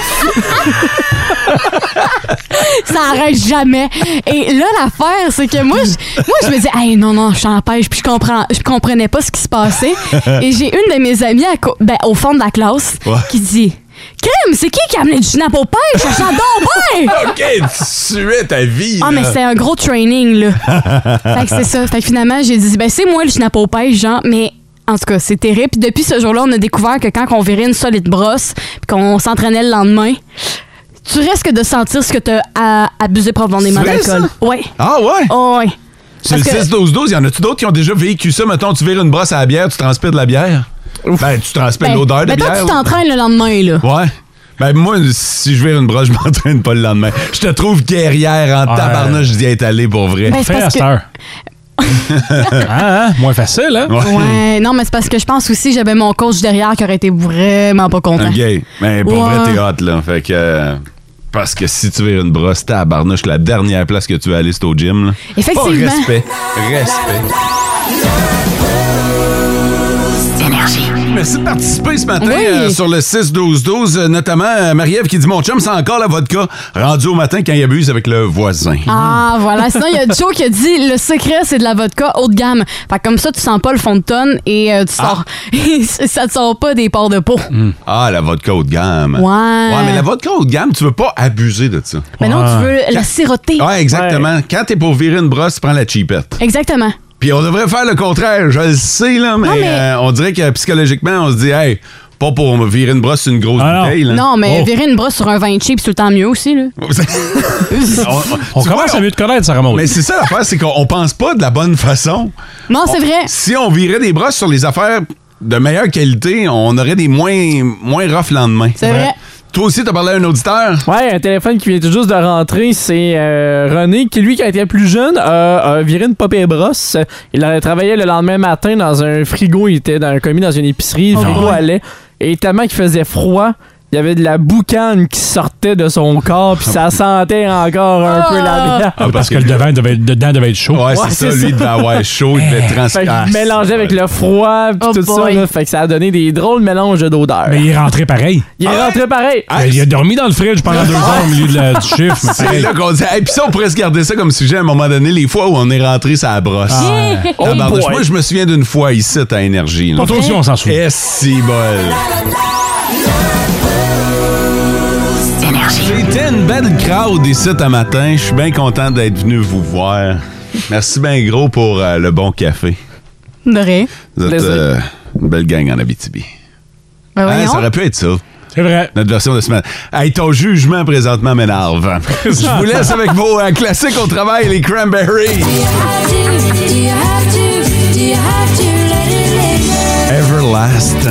Ça arrête jamais. Et là, l'affaire, c'est que moi, je, moi, je me dis, hey, non, non, je suis en pêche, puis je comprends, je comprenais pas ce qui se passait. Et j'ai une de mes amies à co- ben, au fond de la classe Ouais. qui dit, Crème, c'est qui qui a amené du schnapp aux pêches? Ça sent donc bien! OK, tu suais ta vie. Ah, là. mais c'était un gros training, là. Fait que c'est ça. Fait que finalement, j'ai dit, ben, c'est moi le schnapp aux pêches, genre, mais. En tout cas, c'est terrible. Puis depuis ce jour-là, on a découvert que quand on virait une solide brosse, puis qu'on s'entraînait le lendemain, tu risques de sentir ce que tu as abusé profondément C'est vrai, d'alcool. Ouais. Ah ouais? Oh, ouais. Sur le Parce que- six douze douze, y en a-tu d'autres qui ont déjà vécu ça? Mettons, tu vires une brosse à la bière, tu transpires de la bière. Ben, tu transpires Ben, l'odeur de ben, toi, bière. tu t'entraînes le lendemain, là. Ouais. Ben, moi, si je vire une brosse, je m'entraîne pas le lendemain. Je te trouve guerrière en Ouais. tabarnouche d'y être allé pour vrai. Ben, c'est Fais à parce cette que... heure. ah, hein? Moins facile, hein? Ouais, non, mais c'est parce que je pense aussi que j'avais mon coach derrière qui aurait été vraiment pas content. OK. Mais pour Ouais. vrai, t'es hot, là. Fait que. euh, Parce que si tu vires une brosse, t'es à barnouche, la dernière place que tu vas aller, c'est au gym, là. Effectivement. Pas respect. Respect. Merci de participer ce matin Oui. euh, sur le six douze douze, euh, notamment euh, Marie-Ève qui dit « Mon chum, c'est encore la vodka rendu au matin quand il abuse avec le voisin. Ah, voilà. Sinon, il y a Joe qui a dit le secret, c'est de la vodka haut de gamme. Fait que comme ça, tu sens pas le fond de tonne et euh, tu sors. ça te sort pas des pores de peau. Ah, la vodka haut de gamme. Ouais. Ouais, mais la vodka haut de gamme, tu veux pas abuser de ça. Mais non, Ouais. tu veux la siroter. Ouais, exactement. Quand t'es pour virer une brosse, tu prends la cheapette. Exactement. Puis on devrait faire le contraire, je le sais, là, mais, Non, mais- euh, on dirait que psychologiquement, on se dit, hey, pas pour me virer une brosse sur une grosse Ah, non. bouteille. Là. Non, mais Oh. virer une brosse sur un vin cheap, c'est tout le temps mieux aussi, là. on, On tu commence vois, à mieux te connaître, Sarah Maud. Mais c'est ça l'affaire, c'est qu'on on pense pas de la bonne façon. Non, c'est On- vrai. Si on virait des brosses sur les affaires de meilleure qualité, on aurait des moins, moins rough lendemain. C'est vrai. Toi aussi, t'as parlé à un auditeur? Ouais, un téléphone qui vient tout juste de rentrer, c'est euh, René, qui lui, qui a été plus jeune, a, a viré une popée brosse. Il a travaillé le lendemain matin dans un frigo, il était dans un commis dans une épicerie, le Oh frigo boy. allait. Et tellement qu'il faisait froid, il y avait de la boucane qui sortait de son corps, puis ça sentait encore un peu la viande. Ah, parce que le devant devait être, dedans devait être chaud. Ouais, c'est ça. Lui, il devait avoir chaud, il devait Fait transpirer. que mélangé avec le froid, puis Oh tout boy. ça, là, fait que ça a donné des drôles mélanges d'odeurs. Mais il est rentré pareil. Il est rentré pareil. Ah, il a dormi dans le fridge pendant deux heures au milieu de la- du chiffre. mais C'est pareil. là qu'on dit. Et puis ça, on pourrait se garder ça comme sujet à un moment donné, les fois où on est rentré ça la brosse. Ah, ouais. Oh Tabarnouche. boy. Moi, je me souviens d'une fois ici à Énergie. Pas trop si on s'en souvient. Eh, si bol. C'était une belle crowd ici un matin. Je suis bien content d'être venu vous voir. Merci bien gros pour euh, le bon café. De rien. Vous êtes Plaisir. euh, une belle gang en Abitibi. Ben Hein, voyons. ça aurait pu être ça. C'est vrai. Notre version de semaine. Hey, ton jugement présentement m'énerve. Je vous laisse avec vos euh, classiques au travail, les Cranberries. Everlast.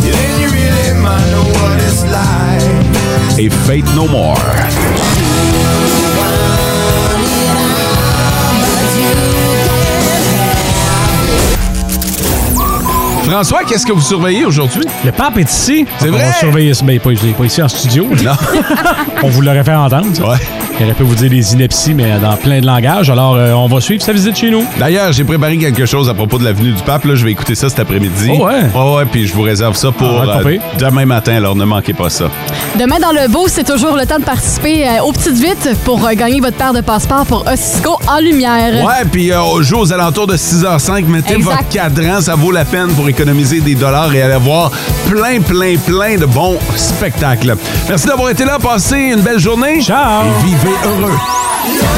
Et Fate No More. François, qu'est-ce que vous surveillez aujourd'hui? Le pape est ici. C'est On vrai? va surveiller ça. Ben, pas, pas ici en studio. Non. On vous l'aurait fait entendre. ça. Ouais. Il aurait pu vous dire des inepties, mais dans plein de langages. Alors, euh, on va suivre sa visite chez nous. D'ailleurs, j'ai préparé quelque chose à propos de l'avenue du Pape. Là, je vais écouter ça cet après-midi. Oh ouais? Ouais, ouais, puis je vous réserve ça pour Ah ouais, pas euh, pire. demain matin. Alors, ne manquez pas ça. Demain, dans le beau, c'est toujours le temps de participer euh, aux petites vites pour euh, gagner votre paire de passeports pour Ossisco en lumière. Ouais, puis euh, on joue aux alentours de six heures cinq. Mettez Exact. votre cadran, ça vaut la peine pour économiser des dollars et aller voir plein, plein, plein de bons spectacles. Merci d'avoir été là. Passez une belle journée. Ciao! Et vivez heureux.